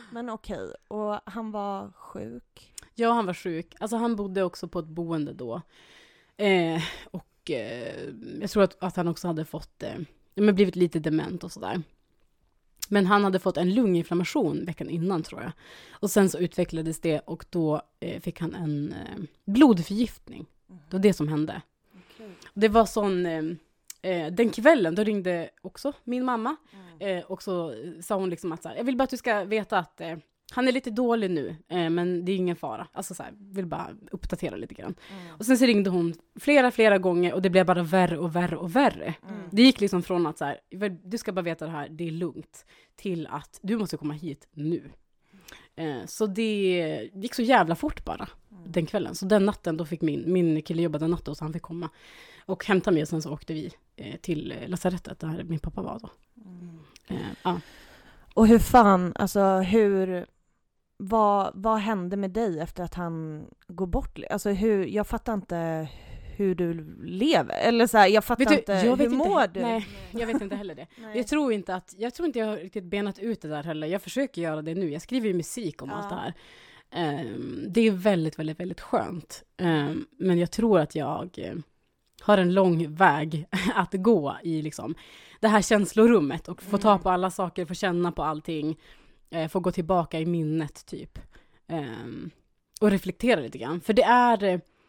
Men okej, och han var sjuk? Ja, han var sjuk. Alltså han bodde också på ett boende då. Eh, och eh, jag tror att, att han också hade fått, eh, men blivit lite dement och sådär. Men han hade fått en lunginflammation veckan innan, tror jag. Och sen så utvecklades det och då eh, fick han en eh, blodförgiftning. Mm. Det var det som hände. Okay. Det var sån... Eh, eh, den kvällen, då ringde också min mamma. Mm. Eh, och så sa hon liksom att så här, jag vill bara att du ska veta att eh, han är lite dålig nu, eh, men det är ingen fara. Alltså så här, vill bara uppdatera lite grann. Mm. Och sen så ringde hon flera, flera gånger och det blev bara värre och värre och värre. Mm. Det gick liksom från att så här, du ska bara veta det här, det är lugnt, till att du måste komma hit nu. Eh, så det gick så jävla fort bara mm. den kvällen. Så den natten då fick min, min kille jobba den natten, så han fick komma och hämta mig, och sen så åkte vi eh, till lasarettet där min pappa var då. Mm. Eh, ja. Och hur fan, alltså hur... Vad, vad hände med dig efter att han går bort? Alltså hur, jag fattar inte hur du lever. Eller så här, jag fattar du, inte, jag hur vet mår inte, du? Nej, jag vet inte heller det. jag tror inte att, jag tror inte jag har riktigt benat ut det där heller. Jag försöker göra det nu. Jag skriver ju musik om ja. allt det här. Um, det är väldigt, väldigt, väldigt skönt. Um, men jag tror att jag uh, har en lång väg att gå i liksom det här känslorummet och få ta på alla saker, få känna på allting. Eh, få gå tillbaka i minnet typ. Um, och reflektera lite grann. För det är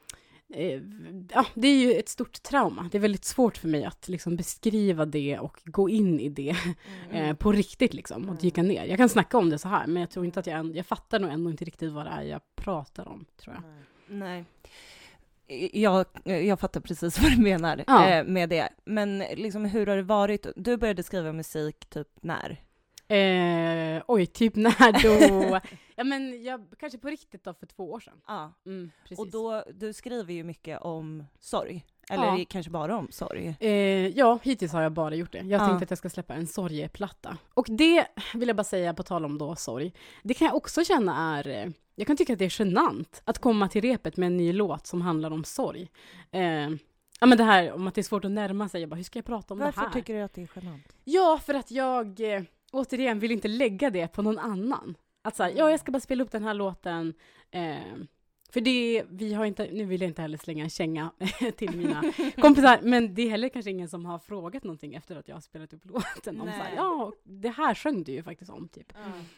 eh, ja, det är ju ett stort trauma. Det är väldigt svårt för mig att liksom beskriva det och gå in i det mm. eh, på riktigt liksom, och dyka ner. Jag kan snacka om det så här, men jag tror inte att jag, jag fattar nog ändå inte riktigt vad det är jag pratar om, tror jag. Nej. Jag, jag fattar precis vad du menar ja. eh, med det. Men liksom, hur har det varit? Du började skriva musik typ när? Eh, oj, typ när då? ja, men jag, kanske på riktigt då för två år sedan. Ja, mm, precis. Och då, du skriver ju mycket om sorg. Eller ja. kanske bara om sorg. Eh, ja, hittills har jag bara gjort det. Jag ja. tänkte att jag ska släppa en sorgeplatta. Och det vill jag bara säga, på tal om då sorg. Det kan jag också känna är... Jag kan tycka att det är genant att komma till repet med en ny låt som handlar om sorg. Eh, ja, men det här om att det är svårt att närma sig. Jag bara, hur ska jag prata om Varför det här? Varför tycker du att det är genant? Ja, för att jag... Eh, återigen vill inte lägga det på någon annan. Att säga, ja, jag ska bara spela upp den här låten. Eh, för det, vi har inte, nu vill jag inte heller slänga en känga till mina kompisar. Men det är heller kanske ingen som har frågat någonting efter att jag har spelat upp låten. Om så här, ja, det här sjöng du ju faktiskt om, typ.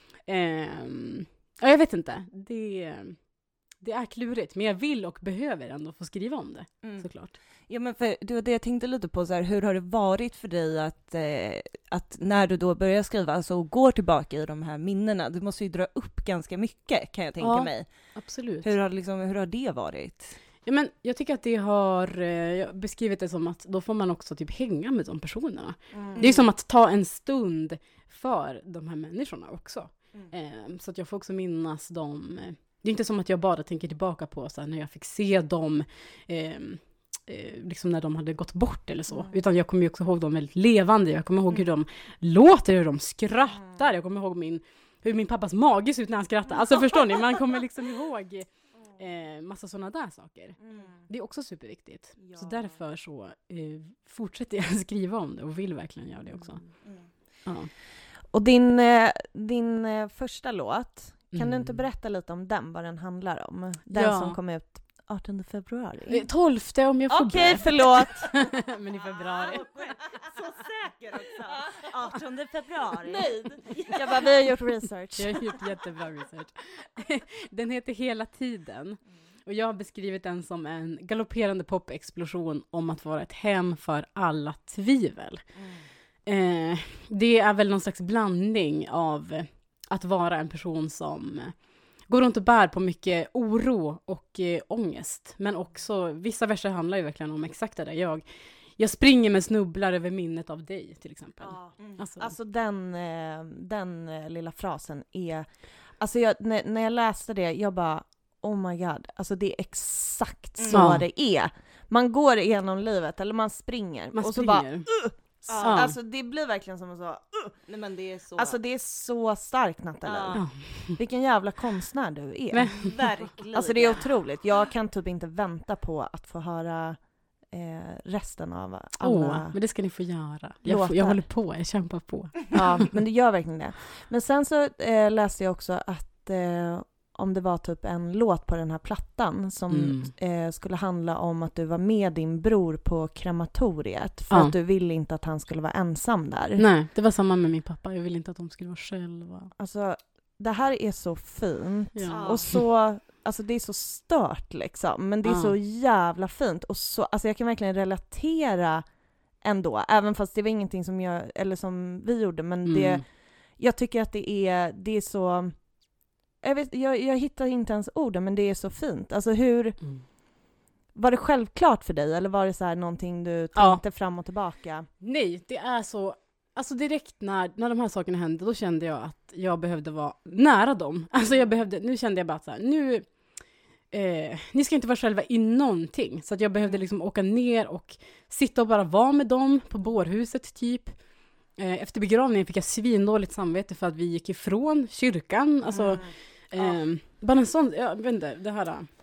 Mm. Eh, ja, jag vet inte. Det, det är klurigt. Men jag vill och behöver ändå få skriva om det, mm. såklart. Ja, men för det var det jag tänkte lite på, så här, hur har det varit för dig att, eh, att när du då börjar skriva, alltså och går tillbaka i de här minnena, du måste ju dra upp ganska mycket, kan jag tänka ja, mig. Absolut. Hur har, liksom, hur har det varit? Ja, men jag tycker att det har eh, beskrivit det som att då får man också typ hänga med de personerna. Mm. Det är som att ta en stund för de här människorna också. Mm. Eh, så att jag får också minnas dem. Det är inte som att jag bara tänker tillbaka på så här, när jag fick se dem eh, Eh, liksom när de hade gått bort eller så. Mm. Utan jag kommer ju också ihåg dem väldigt levande. Jag kommer ihåg mm. hur de låter, hur de skrattar. Mm. Jag kommer ihåg min, hur min pappas mage ser ut när han skrattar. Alltså förstår ni? Man kommer liksom ihåg eh, massa sådana där saker. Mm. Det är också superviktigt. Ja. Så därför så eh, fortsätter jag skriva om det och vill verkligen göra det också. Mm. Mm. Ja. Och din, eh, din eh, första låt, kan mm. du inte berätta lite om den, vad den handlar om? Den ja. som kom ut artonde februari. tolfte om jag får Okej, okay, förlåt. Men i februari. Så säker också. artonde februari. Nej. Jag bara, vi har gjort research. Jag har gjort jättebra research. Den heter Hela tiden. Och jag har beskrivit den som en galopperande popexplosion om att vara ett hem för alla tvivel. Mm. Eh, det är väl någon slags blandning av att vara en person som går runt och bär på mycket oro och eh, ångest. Men också, vissa verser handlar ju verkligen om exakt det där. Jag, jag springer med snubblar över minnet av dig, till exempel. Ja. Mm. Alltså, alltså den, eh, den eh, lilla frasen är... Alltså jag, när, när jag läste det, jag bara, oh my god. Alltså det är exakt så mm. det är. Man går igenom livet, eller man springer. Man och springer. så bara... Uh! Ja. Alltså det blir verkligen som att så, uh. Nej, men det är så. Alltså det är så starkt, Nathalie. Ja. Vilken jävla konstnär du är. Men, verkligen. Alltså det är otroligt. Jag kan typ inte vänta på att få höra eh, resten av alla Åh, men det ska ni få göra. Jag, får, jag håller på, jag kämpar på. Ja, men det gör verkligen det. Men sen så eh, läste jag också att eh, om det var typ en låt på den här plattan som mm. eh, skulle handla om att du var med din bror på krematoriet för ja. att du ville inte att han skulle vara ensam där. Nej, det var samma med min pappa. Jag ville inte att de skulle vara själva. Alltså, det här är så fint. Ja. Och så, alltså det är så stört liksom. Men det är ja. så jävla fint. Och så, alltså jag kan verkligen relatera ändå. Även fast det var ingenting som jag, eller som vi gjorde. Men mm. det, jag tycker att det är, det är så... Jag, vet, jag, jag hittar inte ens orden, men det är så fint. Alltså hur... Mm. Var det självklart för dig? Eller var det så här någonting du tänkte ja. fram och tillbaka? Nej, det är så... Alltså direkt när, när de här sakerna hände, då kände jag att jag behövde vara nära dem. Alltså jag behövde... Nu kände jag bara så här, nu... Eh, ni ska inte vara själva i någonting. Så att jag behövde liksom åka ner och sitta och bara vara med dem på bårhuset typ. Eh, efter begravningen fick jag svindåligt samvete för att vi gick ifrån kyrkan. Alltså... Mm. Eh, ja. Bara en sån, jag vet inte, det här uh,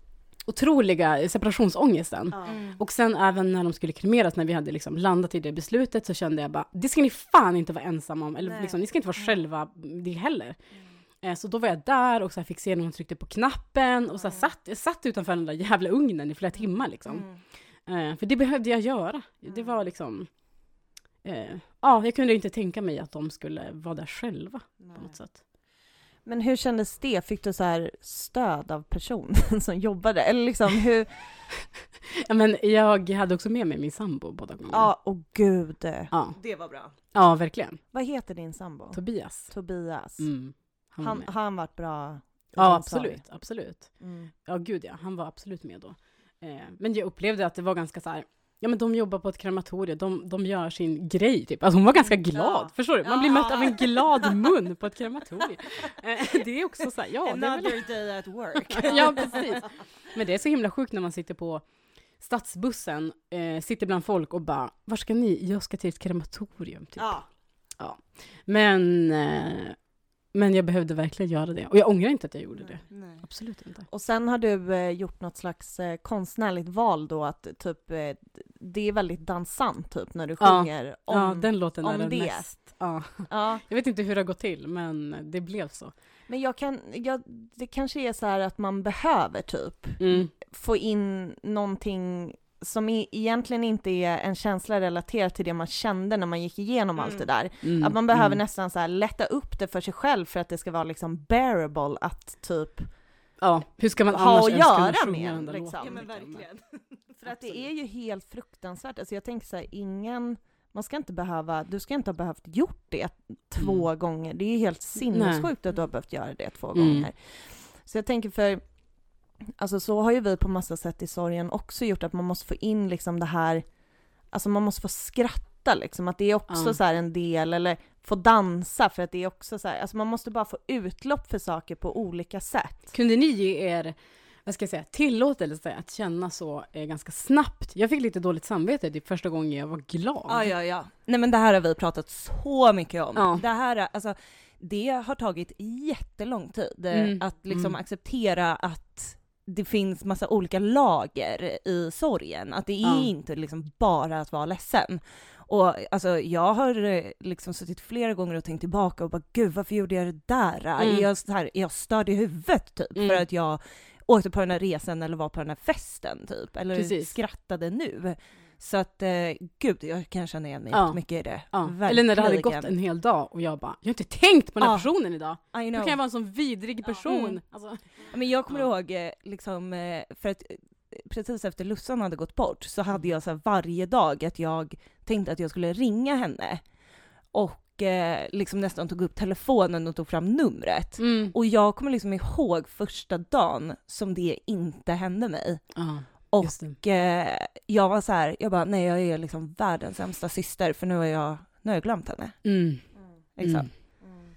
otroliga separationsångesten. Mm. Och sen även när de skulle kremeras, när vi hade liksom landat i det beslutet, så kände jag bara, det ska ni fan inte vara ensamma om. Eller liksom, ni ska inte vara själva det heller. Mm. Eh, så då var jag där och så här fick se när hon tryckte på knappen. Och så här satt, jag satt utanför den där jävla ugnen i flera timmar liksom. Mm. Eh, för det behövde jag göra. Mm. Det var liksom... Eh, ja, jag kunde inte tänka mig att de skulle vara där själva. Nej. På något sätt. Men hur kändes det? Fick du så här stöd av personen som jobbade? Eller liksom hur... ja, men jag hade också med mig min sambo båda gånger. Ja, och gud. Ja. Det var bra. Ja, verkligen. Vad heter din sambo? Tobias. Tobias. Mm, han han, har han varit bra? Ja, absolut. absolut. Mm. Ja, gud ja. Han var absolut med då. Eh, men jag upplevde att det var ganska så här... Ja, men de jobbar på ett krematorium. De, de gör sin grej, typ. Alltså hon var ganska glad. Ja. Förstår du? Man blir mött av en glad mun på ett krematorium. Det är också så här, ja. Another det är väl... day at work. Ja, precis. Men det är så himla sjukt när man sitter på stadsbussen, eh, sitter bland folk och bara, var ska ni? Jag ska till ett krematorium, typ. Ja. Ja. Men... Eh, Men jag behövde verkligen göra det. Och jag ångrar inte att jag gjorde det. Nej. Absolut inte. Och sen har du eh, gjort något slags eh, konstnärligt val då. Att typ, eh, det är väldigt dansant typ när du sjunger ja. om, ja, den låten om är den det. Mest. Ja. Ja. Jag vet inte hur det har gått till, men det blev så. Men jag kan, jag, det kanske är så här att man behöver typ mm. få in någonting som är, egentligen inte är en känsla relaterad till det man kände när man gick igenom mm. allt det där. Mm. Att man behöver mm. nästan så här lätta upp det för sig själv för att det ska vara liksom bearable att typ ja, hur ska man ha annars att göra med liksom. Ja, men verkligen. För att det är ju helt fruktansvärt. Alltså jag tänker så här, ingen man ska inte behöva, du ska inte ha behövt gjort det två mm. gånger. Det är helt sinnessjukt att du har behövt göra det två mm. gånger. Så jag tänker för alltså så har ju vi på massa sätt i sorgen också gjort att man måste få in liksom det här, alltså man måste få skratta liksom, att det är också mm. så här en del, eller få dansa för att det är också så här, alltså man måste bara få utlopp för saker på olika sätt. Kunde ni ge er, vad ska jag säga, tillåtelse att känna så eh, ganska snabbt? Jag fick lite dåligt samvete det första gången jag var glad. Ja, ja, ja. Nej men det här har vi pratat så mycket om. Ja. Det här, alltså det har tagit jättelång tid mm. att liksom mm. acceptera att det finns massa olika lager i sorgen. Att det är ja. inte liksom bara att vara ledsen. Och alltså jag har liksom suttit flera gånger och tänkt tillbaka och bara gud varför gjorde jag det där? Mm. Är, jag så här, är jag störd i huvudet typ? Mm. För att jag åkte på den här resan eller var på den här festen typ. Eller Precis. skrattade nu. Så att, eh, gud, jag kan känna igen mig ja. mycket i det. Ja. Eller när det hade gått en hel dag och jag bara, jag har inte tänkt på den här ja. personen idag. Hur kan jag vara en sån vidrig person? Ja. Mm. Alltså. Men jag kommer ja. ihåg, liksom, för att precis efter Lussan hade gått bort så hade jag så här varje dag att jag tänkte att jag skulle ringa henne. Och eh, liksom nästan tog upp telefonen och tog fram numret. Mm. Och jag kommer liksom ihåg första dagen som det inte hände mig. Ja. Och eh, jag var så här, jag bara, nej jag är liksom världens sämsta syster för nu har jag, nu har jag glömt henne. Mm. Mm. Liksom. Mm.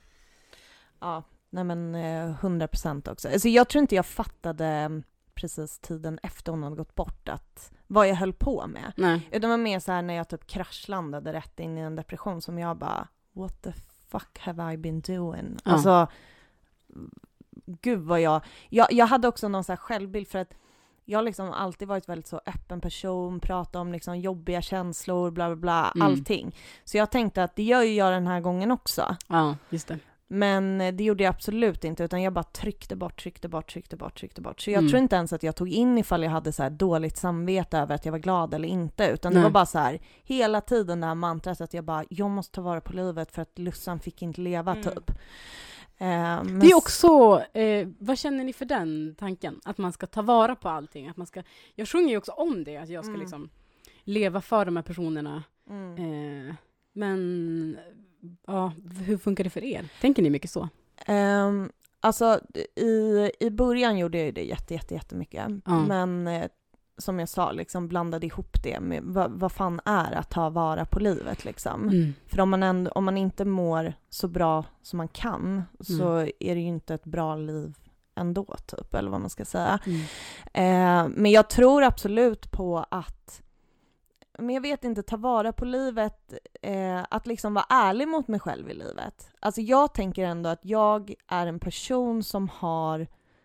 Ja, nej men hundra procent också. Alltså jag tror inte jag fattade precis tiden efter hon hade gått bort att vad jag höll på med. Nej. Utan det var mer så här när jag typ kraschlandade rätt in i en depression som jag bara, what the fuck have I been doing? Ja. Alltså, gud vad jag, jag, jag hade också någon så här självbild för att jag har liksom alltid varit väldigt så öppen person, prata om liksom jobbiga känslor, bla bla bla, Mm. allting. Så jag tänkte att det gör ju jag den här gången också. Ja, just det. Men det gjorde jag absolut inte, utan jag bara tryckte bort, tryckte bort, tryckte bort, tryckte bort. Så jag Mm. tror inte ens att jag tog in ifall jag hade så här dåligt samvete över att jag var glad eller inte, utan Nej. det var bara så här hela tiden det här mantrat att jag bara, jag måste ta vara på livet för att Lussan fick inte leva Mm. typ. Eh, men Det är också, eh, vad känner ni för den tanken? Att man ska ta vara på allting. Att man ska, jag sjunger ju också om det, att jag ska Mm. liksom leva för de här personerna. Mm. Eh, men ja, hur funkar det för er? Tänker ni mycket så? Um, alltså i, i början gjorde jag ju det jätte, jätte, jättemycket. Ja. Men eh, som jag sa, liksom blandade ihop det med vad, vad fan är att ta vara på livet liksom. Mm. För om man, ändå, om man inte mår så bra som man kan så Mm. är det ju inte ett bra liv ändå typ, eller vad man ska säga. Mm. Eh, men jag tror absolut på att, men jag vet inte, ta vara på livet, eh, att liksom vara ärlig mot mig själv i livet. Alltså jag tänker ändå att jag är en person som har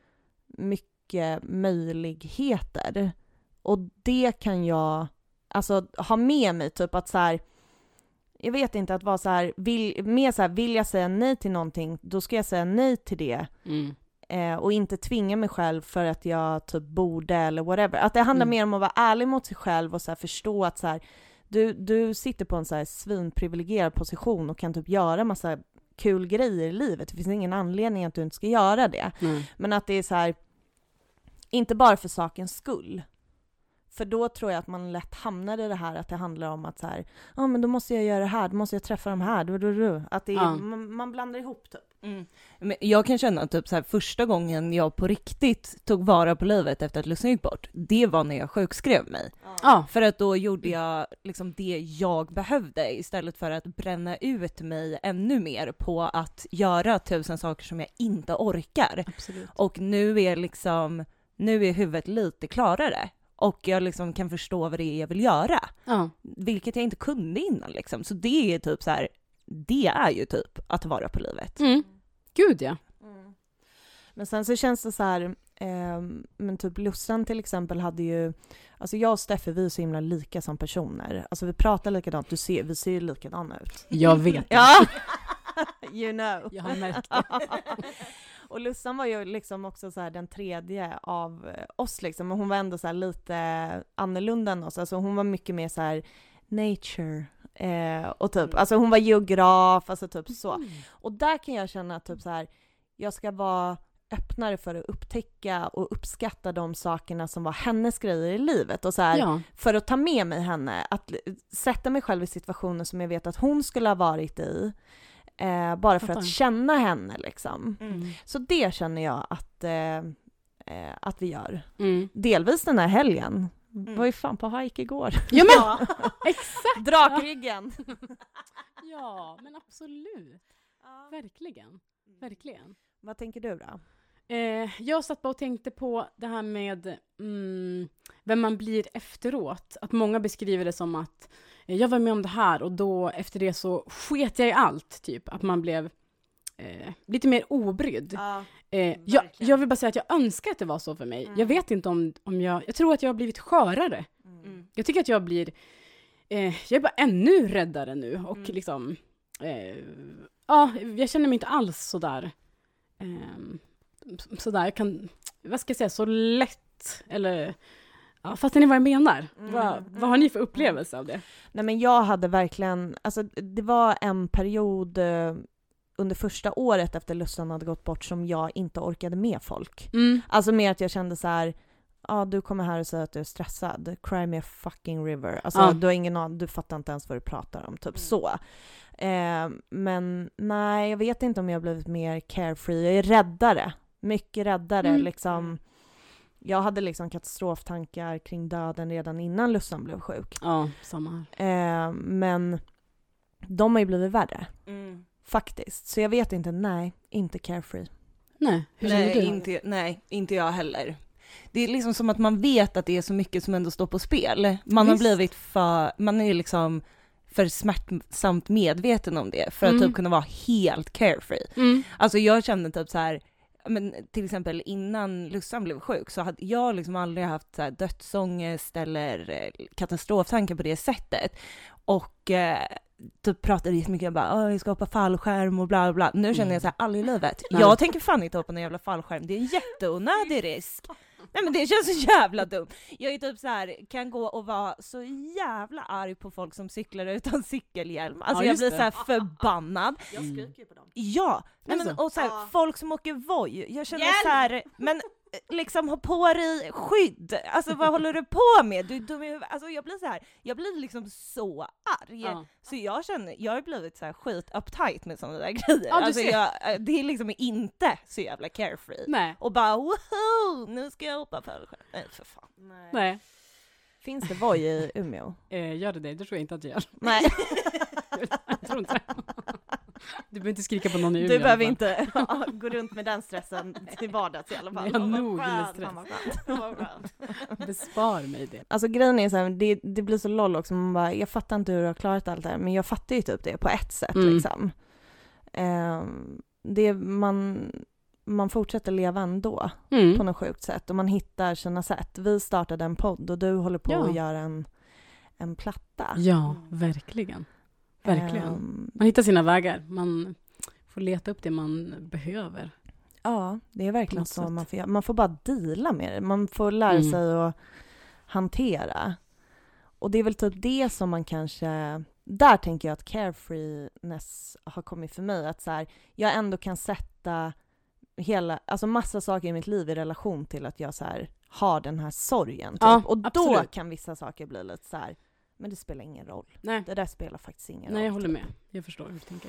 mycket möjligheter. Och det kan jag alltså ha med mig, typ att så här, jag vet inte, att vara så här, vill, mer så här, vill jag säga nej till någonting, då ska jag säga nej till det. Mm. Eh, och inte tvinga mig själv för att jag typ borde eller whatever. Att det handlar Mm. mer om att vara ärlig mot sig själv och så här förstå att så här, du, du sitter på en så här svinprivilegierad position och kan typ göra massa kul grejer i livet. Det finns ingen anledning att du inte ska göra det. Mm. Men att det är så här, inte bara för sakens skull. För då tror jag att man lätt hamnar i det här att det handlar om att så här, ja ah, men då måste jag göra det här, då måste jag träffa de här, du, du, du. Att det är, Ja. man, man blandar ihop typ. Mm. Men jag kan känna typ så här, första gången jag på riktigt tog vara på livet efter att Lussan gick bort, det var när jag sjukskrev mig. Ja. För att då gjorde jag liksom det jag behövde istället för att bränna ut mig ännu mer på att göra tusen saker som jag inte orkar. Absolut. Och nu är liksom, nu är huvudet lite klarare. Och jag liksom kan förstå vad det är jag vill göra. Ja. Vilket jag inte kunde innan liksom. Så det är typ så här, det är ju typ att vara på livet. Mm. Gud ja. Mm. Men sen så känns det så här, eh, men typ Lussan till exempel hade ju, alltså jag och Steffe, vi är så himla lika som personer. Alltså vi pratar likadant, du ser, vi ser ju likadana ut. Jag vet. Ja, you know. Jag har märkt det. Och Lussan var ju liksom också så här den tredje av oss liksom, och hon var ändå så här lite annorlunda än oss. Alltså hon var mycket mer så här nature eh, och typ, alltså hon var geograf, alltså typ så. Mm. Och där kan jag känna att typ så här, jag ska vara öppnare för att upptäcka och uppskatta de sakerna som var hennes grejer i livet. Och så här, Ja. för att ta med mig henne, att sätta mig själv i situationer som jag vet att hon skulle ha varit i. Eh, bara för Fattar. att känna henne liksom. Mm. Så det känner jag att, eh, eh, att vi gör. Mm. Delvis den här helgen. Mm. Var ju fan på hike igår. Ja men, exakt. Drakryggen. Ja, men absolut. Verkligen. Verkligen. Vad tänker du då? Eh, jag satt bara och tänkte på det här med mm, vem man blir efteråt. Att många beskriver det som att eh, jag var med om det här och då efter det så sket jag i allt. Typ att man blev eh, lite mer obrydd. Ja, Eh, jag, verkligen. jag vill bara säga att jag önskar att det var så för mig. Mm. Jag vet inte om, om jag... Jag tror att jag har blivit skörare. Mm. Jag tycker att jag blir... Eh, jag är bara ännu räddare nu. Och Mm. liksom... Eh, ja, jag känner mig inte alls sådär... Eh, sådär, jag kan... Vad ska jag säga? Så lätt. Eller... Ja, fattar ni vad jag menar? Mm. Vad, vad har ni för upplevelse av det? Nej men jag hade verkligen, alltså det var en period eh, under första året efter Lussan hade gått bort som jag inte orkade med folk. Mm. Alltså mer att jag kände så här, ja ah, du kommer här och säger att du är stressad. Cry me a fucking river. Alltså Ja. du har ingen aning, du fattar inte ens vad du pratar om, typ Mm. så. Eh, men nej, jag vet inte om jag har blivit mer carefree. Jag är räddare. Mycket räddare Mm. liksom. Jag hade liksom katastroftankar kring döden redan innan Lussan blev sjuk. Ja, samma här. Eh, men de har ju blivit värre. Mm. Faktiskt. Så jag vet inte, nej, inte carefree. Nej, hur känner Nej, du? inte, nej, inte jag heller. Det är liksom som att man vet att det är så mycket som ändå står på spel. Man har Visst. blivit för, man är liksom för smärtsamt medveten om det för att Mm. typ kunna vara helt carefree. Mm. Alltså jag kände typ så här, men till exempel innan Lussan blev sjuk så hade jag liksom aldrig haft så här dödsångest eller eh, katastroftankar på det sättet. Och eh, typ pratade så mycket om bara, jag ska hoppa fallskärm och bla bla. Nu känner jag så här, aldrig i livet. Jag tänker fan inte hoppa en jävla fallskärm. Det är en jätteonödig risk. Nej men det känns så jävla dumt. Jag är typ så här, kan gå och vara så jävla arg på folk som cyklar utan cykelhjälm. Alltså ja, jag blir det. så här förbannad. Jag skriker på dem. Ja, nej, men, och så här, ah. folk som åker Voi. Jag känner Hjälp! så här, men liksom ha på dig skydd. Alltså vad håller du på med? Du, du, alltså jag blir så här, jag blir liksom så arg. Ja. Så jag känner, jag har blivit så här skit uptight med sådana där grejer. Ja, alltså jag, det är liksom inte så jävla carefree. Nej. Och bara woho, nu ska jag hoppa fallskärm. Nej för fan. Nej. Nej. Finns det Voi i Umeå? Eh, gör det det? Det tror jag inte att det gör. Nej. Jag tror inte. Du behöver inte skrika på någon i Umeå. Du behöver inte ja, gå runt med den stressen till vardags i alla fall. Jag har nog med stress. Bespar mig det. Alltså grejen är så här, det, det blir så loll också. Man bara, jag fattar inte hur du har klarat allt det här. Men jag fattar ju typ det på ett sätt. Mm. Liksom. Um, det, man, man fortsätter leva ändå mm. på något sjukt sätt. Och man hittar sina sätt. Vi startade en podd och du håller på ja. att göra en, en platta. Ja, verkligen. Verkligen. Um, man hittar sina vägar. Man får leta upp det man behöver. Ja, det är verkligen så man får, man får bara deala med det. Man får lära mm. sig att hantera. Och det är väl typ det som man kanske... Där tänker jag att carefreeness har kommit för mig. Att så här, jag ändå kan sätta hela, alltså massa saker i mitt liv i relation till att jag så här, har den här sorgen. Typ. Ja, och då absolut. kan vissa saker bli lite så här... Men det spelar ingen roll. Nej. Det där spelar faktiskt ingen Nej, roll. Nej, jag håller med. Jag förstår hur du tänker.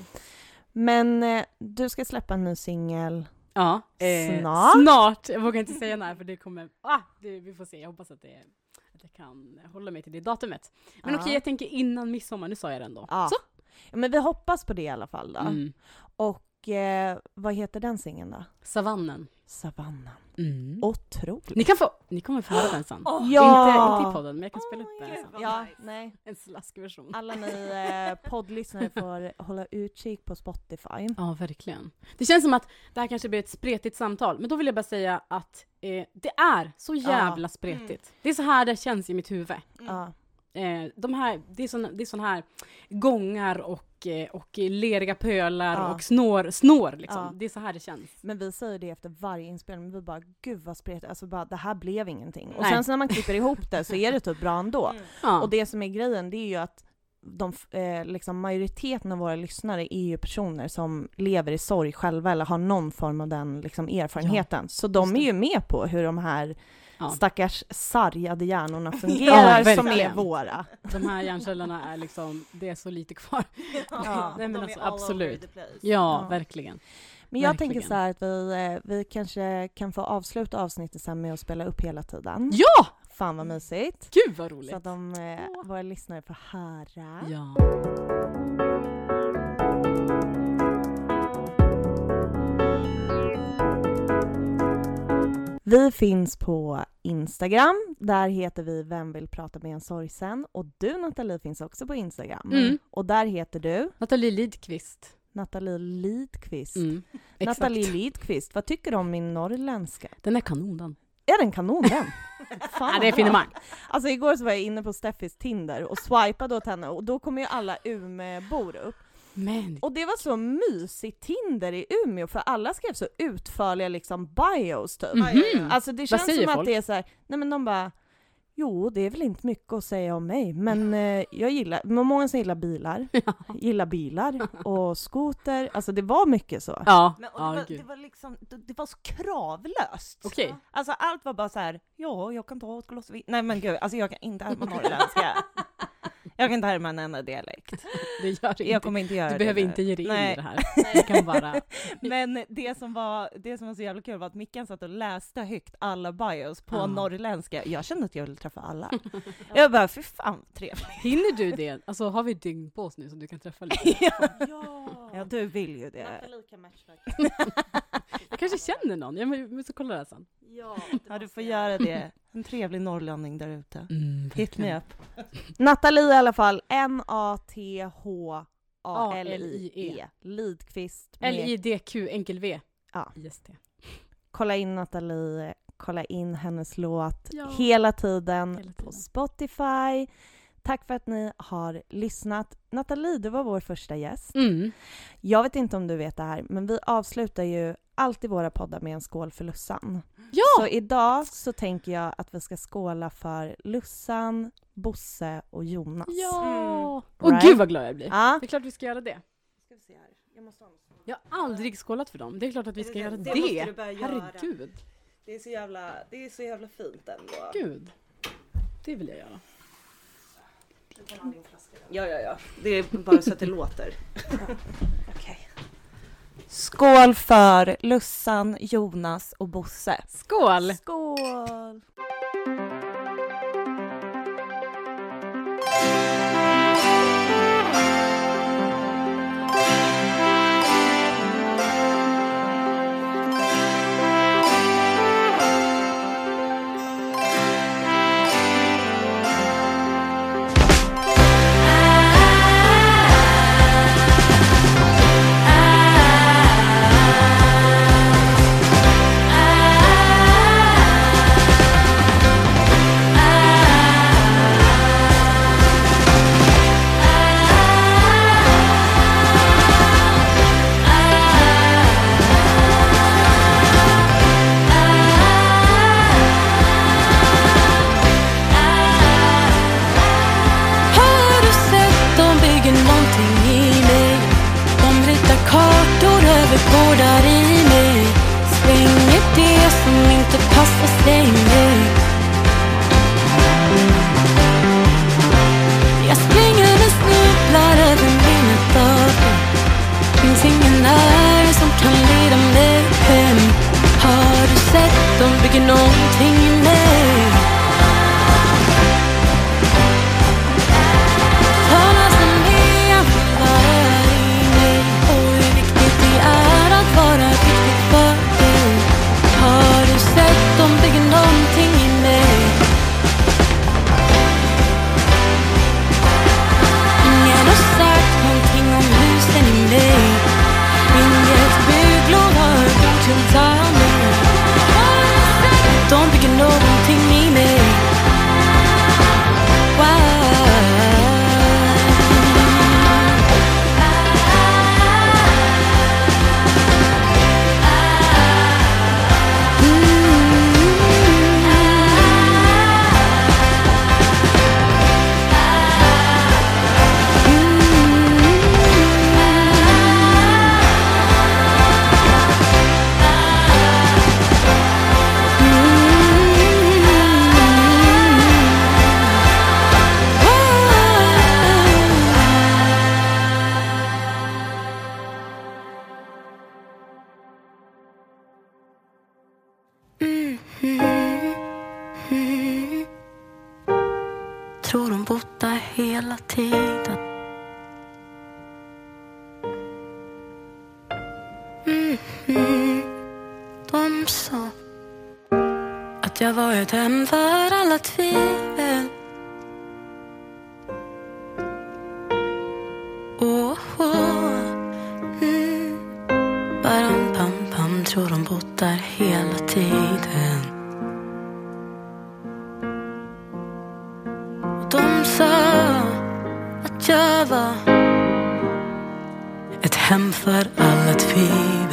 Men eh, du ska släppa en ny singel. Ja. Eh, snart. Snart. Jag vågar inte säga när för det kommer... Ah, det, vi får se. Jag hoppas att, det, att jag kan hålla mig till det datumet. Men ja. okej, jag tänker innan midsommar. Nu sa jag det ändå. Ja. Så. Ja, men vi hoppas på det i alla fall då. Mm. Och eh, vad heter den singeln då? Savannen. Savannen. Mm. Otroligt. Ni kan få, ni kommer få höra den sen. Oh, ja. Inte, inte i podden, men jag kan spela oh, upp den sen. Ja, nej. En slaskversion. Alla ni eh, poddlyssnare får hålla utkik på Spotify. Ja, verkligen. Det känns som att det här kanske blir ett spretigt samtal. Men då vill jag bara säga att eh, det är så jävla ja. spretigt. Mm. Det är så här det känns i mitt huvud. Mm. Ja. Eh, de här, det är såna, det är sån här gångar och, eh, och leriga pölar ja. och snår, snår liksom. Ja. Det är så här det känns. Men vi säger det efter varje inspelning. Vi bara, gud vad spretigt. Alltså bara, det här blev ingenting. Och Nej. sen så när man klipper ihop det så är det typ bra ändå. Mm. Ja. Och det som är grejen, det är ju att de, eh, liksom majoriteten av våra lyssnare är ju personer som lever i sorg själva eller har någon form av den liksom, erfarenheten. Ja. Så de är ju med på hur de här ja. stackars sargade hjärnorna fungerar ja, som är våra. De här hjärncellerna är liksom, det är så lite kvar. Ja, Nej, men alltså, absolut. Ja, ja, verkligen. Men jag verkligen. tänker så här att vi, vi kanske kan få avsluta avsnittet sen med att spela upp hela tiden. Ja! Fan vad mysigt. Gud vad roligt. Så att de, eh, våra lyssnare får höra. Ja. Vi finns på Instagram. Där heter vi Vem vill prata med en sorgsen. Och du Nathalie finns också på Instagram. Mm. Och där heter du? Nathalie Lidqvist. Nathalie Lidqvist. Mm, Nathalie Lidqvist. Vad tycker du om min norrländska? Den är kanon den. Är den kanon den? Fan. Ja, det är finemang. Alltså igår så var jag inne på Steffis Tinder och swipade åt henne. Och då kommer ju alla Umeåbor upp. Men. Och det var så mysigt Tinder i Umeå för alla skrev så utförliga liksom bios typ. Mm-hmm. Alltså det känns som folk? Att det är så här, nej men de bara, jo det är väl inte mycket att säga om mig men eh, jag gillar, många som gillar bilar, ja. gillar bilar och skoter, alltså det var mycket så. Ja. Men, och det, var, det var liksom, det, det var så kravlöst. Okej. Okay. Alltså allt var bara så här, ja jag kan ta ett glas vin. Nej men gud, alltså jag kan inte härma norrländska. Jag kan inte härma en enda dialekt. Det gör inte. Jag kommer inte göra du det. Du behöver nu. inte ge dig in Nej. i det här. Jag kan bara... Men det som, var, det som var så jävla kul var att Mickan satt och läste högt alla bios på ah. norrländska. Jag kände att jag ville träffa alla. Jag bara, för fan trevligt. Hinner du det? Alltså har vi ett dygn på oss nu så du kan träffa lite? ja. ja, du vill ju det. Jag kanske känner någon. Jag måste kolla det sen. Ja, ja, du får göra det. En trevlig norrlänning där ute. Mm, Hit me up. Nathalie i alla fall. N A T H A L I E. Lidqvist. L I D Q enkel V. Ja. Just det. kolla in Nathalie, kolla in hennes låt ja. hela, tiden hela tiden på Spotify. Tack för att ni har lyssnat. Nathalie, du var vår första gäst. Mm. Jag vet inte om du vet det här, men vi avslutar ju alltid våra poddar med en skål för Lussan. Ja! Så idag så tänker jag att vi ska skåla för Lussan, Bosse och Jonas. Ja! Mm. Och Right? gud vad glad jag blir. Ja. Det är klart vi ska göra det. Ska vi se här. Jag, måste ha jag har aldrig skålat för dem. Det är klart att vi ska det, göra det. det. Det måste du börja göra. Herregud. Det är så jävla, det är så jävla fint ändå. Gud. Det vill jag göra. Ja, ja, ja. Det är bara så att det låter. Okej. Skål för Lussan, Jonas och Bosse. Skål! Skål! Tror de bott där hela tiden. Mm-hmm. De sa att jag var ett hem för alla tvivel. Oh, oh. Mm. Baram, pam, pam. Tror de bott där hela tiden. De sa att jag var ett hem för alla tvivel.